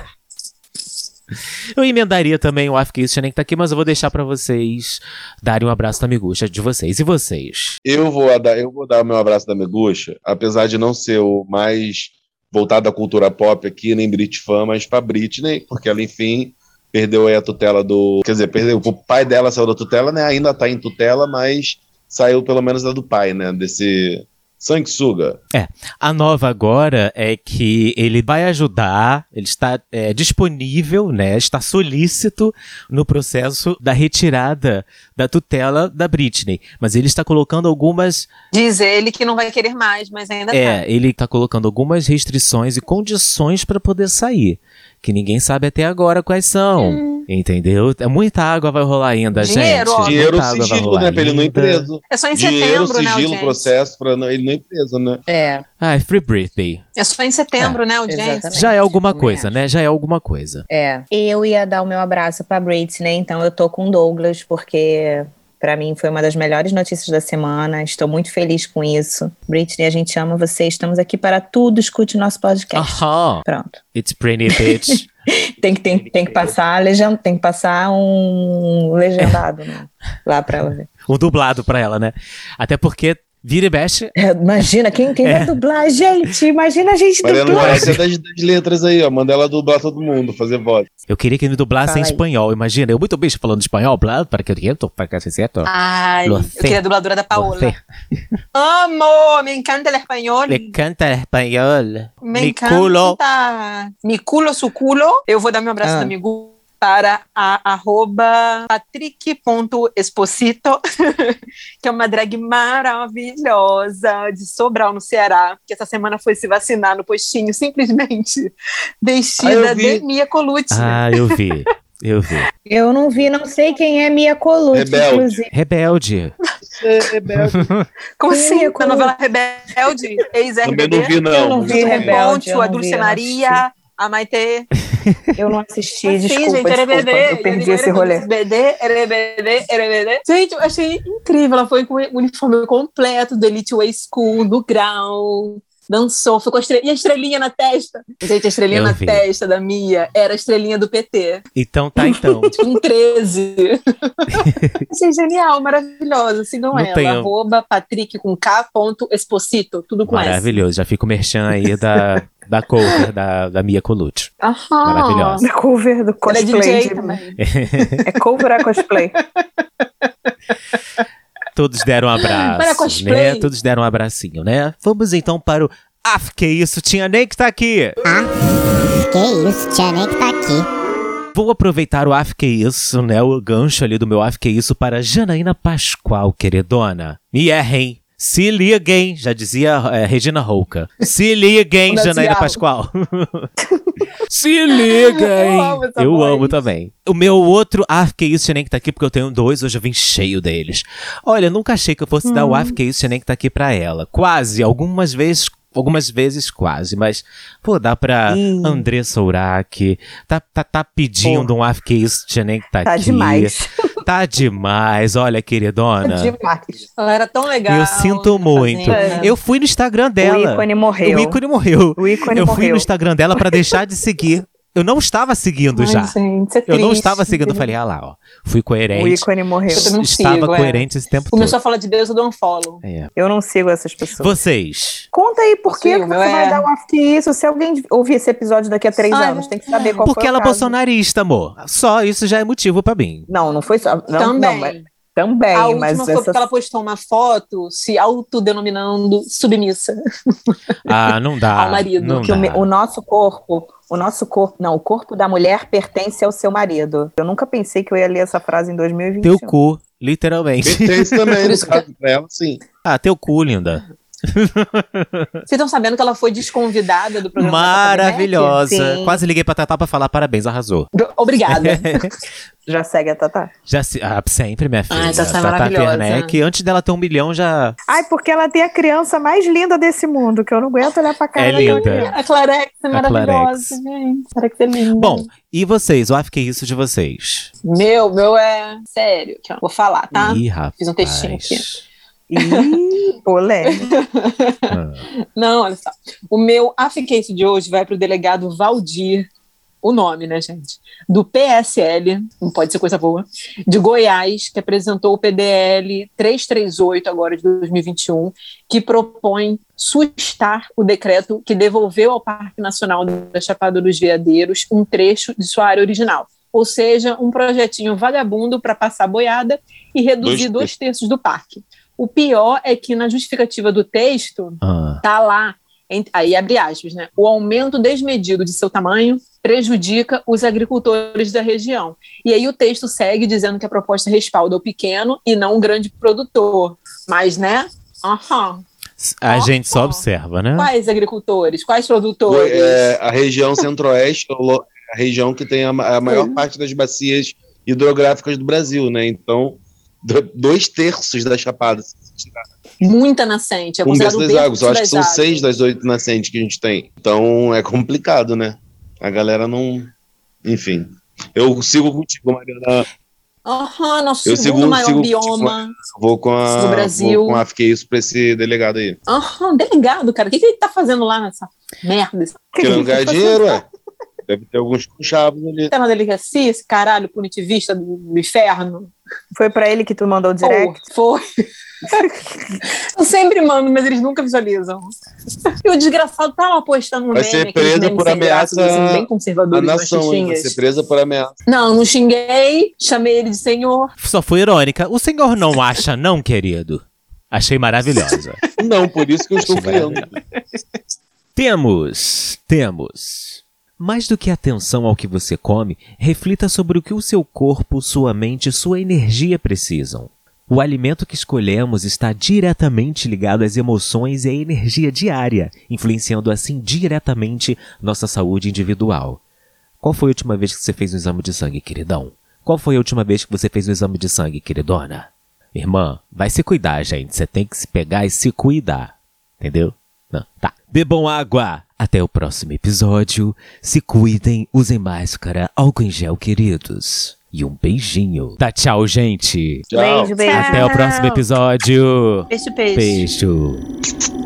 Eu emendaria também o Afk, isso tinha nem que tá aqui, mas eu vou deixar pra vocês darem um abraço da miguxa de vocês. E vocês? Eu vou dar, eu vou dar o meu abraço da Miguxa, apesar de não ser o mais voltado à cultura pop aqui, nem Brit fã, mas pra Britney, porque ela, enfim, perdeu aí a tutela do... Quer dizer, perdeu, o pai dela saiu da tutela, né? Ainda tá em tutela, mas saiu pelo menos da do pai, né? Desse sanguessuga. É, a nova agora é que ele vai ajudar, ele está é, disponível, né, está solícito no processo da retirada da tutela da Britney, mas ele está colocando algumas... Diz ele que não vai querer mais, mas ainda É, tá. ele está colocando algumas restrições e condições para poder sair, que ninguém sabe até agora quais são, Hum. entendeu? Muita água vai rolar ainda, Dinheiro, gente. ó. Dinheiro Muita água vai sigilo, rolar né? Pra ele não ir ainda. preso. É só em Dinheiro, setembro, né, sigilo, audiência? processo, pra não, ele não ir preso, né? É, Ai, Free Britney. É só em setembro, né, audiência? exatamente. Já é alguma também coisa, acho. né? Já é alguma coisa. é. Eu ia dar o meu abraço pra Britney, então eu tô com o Douglas, porque pra mim foi uma das melhores notícias da semana. Estou muito feliz com isso. Britney, a gente ama você. Estamos aqui para tudo. Escute nosso podcast. Aham. Pronto. It's pretty bitch. Tem que, tem, tem que passar legend, tem que passar um legendado, né? Lá pra ela ver. Um dublado pra ela, né? Até porque vira e mexe. É, imagina, quem, quem vai dublar, gente? Imagina a gente Mariana dublar. Moraes é das, das letras aí, ó. Manda ela dublar todo mundo, fazer voz. Eu queria que ele me dublasse Fala em aí. espanhol. Imagina, eu muito bicho falando espanhol, blá, para que eu quero, para que certo. Ai, Lo eu sé. queria a dubladora da Paola. Você Amo, me encanta el español. le canta espanhol. Me Mi encanta. culo. Mi culo, su culo. Eu vou dar meu abraço Ah. do amigo para a arroba patrick.exposito, que é uma drag maravilhosa de Sobral, no Ceará, que essa semana foi se vacinar no postinho, simplesmente Ah, vestida eu vi. de Mia Colucci. Ah, eu vi. Eu vi. Eu não vi, não sei quem é Mia Colucci, Rebelde. inclusive. Rebelde. Como Quem é assim? Mia Na Colucci? novela Rebelde, ex-R B D. Também não vi, não. Eu não vi Justo Rebelde, Ponte, eu a não Dulce vi, eu não Maria, a Maitê. Eu não assisti, Assim, desculpa, gente, era desculpa. R B D, Eu perdi era esse rolê. R B D, R B D, R B D. Gente, eu achei incrível. Ela foi com o uniforme completo do Elite Way School, do grau. Dançou, foi com a estrelinha, e a estrelinha na testa. Gente, a estrelinha Eu na vi. testa da Mia era a estrelinha do P T. Então tá, então. Tipo, um treze. Achei genial, maravilhosa. Sigam Não ela. tenho- Arroba Patrick com K ponto Exposito. Tudo com S. Maravilhoso. Já fica o merchan aí da, da cover da, da Mia Colucci. Aham. Maravilhosa. É cover do Ela é cosplay. D J de- também. É cover a cosplay. Todos deram um abraço, Para cosplay. né? Todos deram um abracinho, né? Vamos então para o... Ah, que isso, tinha nem que tá aqui. Ah, que isso, tinha nem que tá aqui. Vou aproveitar o Af Que Isso, né? O gancho ali do meu Af Que Isso para Janaína Pascoal, queridona. Me errem. Se liguem, já dizia é, Regina Rouca. Se liguem, Uma Janaína cigarro. Pascoal. Se liguem. Eu amo essa Eu voz. amo também. O meu outro Af Que Isso, tinha nem que tá aqui, porque eu tenho dois, hoje eu vim cheio deles. Olha, nunca achei que eu fosse Hum. dar o Af Que Isso, tinha nem que tá aqui pra ela. Quase, algumas vezes... Algumas vezes quase, mas, pô, dá pra Ih. Andressa Urach, tá, tá, tá pedindo um Af Que Isso, tinha nem que tá, Tá aqui. demais. Tá demais, olha, queridona. Demais. Ela era tão legal. Eu sinto na muito. Fazenda. Eu fui no Instagram O dela. ícone morreu. O ícone morreu. O ícone Eu fui morreu. no Instagram dela pra deixar de seguir. Eu não estava seguindo Ai, já. gente, isso é Eu não triste. estava seguindo. Eu falei, ah lá, ó. Fui coerente. O ícone morreu. Eu também não Estava sigo, é. coerente esse tempo Começou todo. a falar de Deus, eu dou um follow. É. Eu não sigo essas pessoas. Vocês. Conta aí por que Sim, que o você meu vai é- dar o Af Que Isso. Se alguém ouvir esse episódio daqui a três Ah, anos, é. tem que saber qual Porque foi ela o é caso. bolsonarista, amor. Só isso já é motivo pra mim. Não, não foi só. Não, Também. Não, mas, também, a última mas foi essa... porque ela postou uma foto se autodenominando submissa Ah, não dá. ao marido. Não que o, dá. me- o nosso corpo, o nosso corpo, não, o corpo da mulher pertence ao seu marido. Eu nunca pensei que eu ia ler essa frase em dois mil e vinte e um. Teu cu, literalmente. Pertence também, Por no isso caso, pra ela, sim. Ah, teu cu, linda. Vocês estão sabendo que ela foi desconvidada do programa da Tata Maravilhosa. Sim. Quase liguei pra Tatá pra falar parabéns, arrasou. Werneck? Obrigada. Já segue a Tatá? Já se... Ah, sempre, minha filha. Ai, Tatá é Tatá maravilhosa. Werneck, antes dela ter um milhão, já... Ai, porque ela tem a criança mais linda desse mundo, que eu não aguento olhar pra cara É daquela linda. criança. A Clarex é A maravilhosa, Clarex. gente. Clarex é linda. Bom, e vocês? O Af Que Isso de vocês? Meu, meu é sério. Aqui, ó. Vou falar, tá? Ih, rapaz. Fiz um textinho aqui. Ih, polêmica. Ah. Não, olha só. O meu Aficate de hoje vai para o delegado Valdir, o nome, né, gente? Do P S L, não pode ser coisa boa, de Goiás, que apresentou o P D L trezentos e trinta e oito, agora de dois mil e vinte e um, que propõe sustar o decreto que devolveu ao Parque Nacional da Chapada dos Veadeiros um trecho de sua área original. Ou seja, um projetinho vagabundo para passar boiada e reduzir Dois dois terços do parque. O pior é que na justificativa do texto, Ah. tá lá, ent- aí abre aspas, né? O aumento desmedido de seu tamanho prejudica os agricultores da região. E aí o texto segue dizendo que a proposta respalda o pequeno e não o grande produtor. Mas, né? Aham. A Ó, gente só ó. observa, né? Quais agricultores? Quais produtores? É, a região centro-oeste é o lo- a região que tem a, ma- a maior Uhum. parte das bacias hidrográficas do Brasil, né? Então, do- dois terços das chapadas. Muita nascente. É Um considerado desses o berço águas. Eu acho que das são águas. seis das oito nascentes que a gente tem. Então, é complicado, né? A galera não... Enfim. Eu sigo contigo, Mariana. Aham, nosso Eu segundo sigo- maior sigo- bioma. Vou com a... No Brasil. Vou com a Fiquei isso pra esse delegado aí. Aham, delegado, cara. O que, que ele tá fazendo lá nessa merda? Esse Querendo ganhar dinheiro, ué. Deve ter alguns conchavos ali. tá na delegacia, esse caralho punitivista do inferno? Foi pra ele que tu mandou o direct? Pô, foi. Eu sempre mando, mas eles nunca visualizam. E o desgraçado tava postando um Vai meme, ser aqueles presa memes por sem graça, ameaça assim, bem A conservadores, nação, hein? Vai machistinhas. ser presa por ameaça. Não, não xinguei, chamei ele de senhor. Só foi irônica. O senhor não acha, não, querido? Achei maravilhosa. Não, por isso que eu estou Achei criando. Temos, temos. Mais do que atenção ao que você come, reflita sobre o que o seu corpo, sua mente e sua energia precisam. O alimento que escolhemos está diretamente ligado às emoções e à energia diária, influenciando assim diretamente nossa saúde individual. Qual foi a última vez que você fez um exame de sangue, queridão? Qual foi a última vez que você fez um exame de sangue, queridona? Irmã, vai se cuidar, gente. Você tem que se pegar e se cuidar. Entendeu? Não, tá. Bebam água. Até o próximo episódio. Se cuidem, usem máscara, álcool em gel, queridos. E um beijinho. Tá, tchau, gente. Tchau. Beijo, beijo. Até o próximo episódio. Beijo, beijo. Beijo.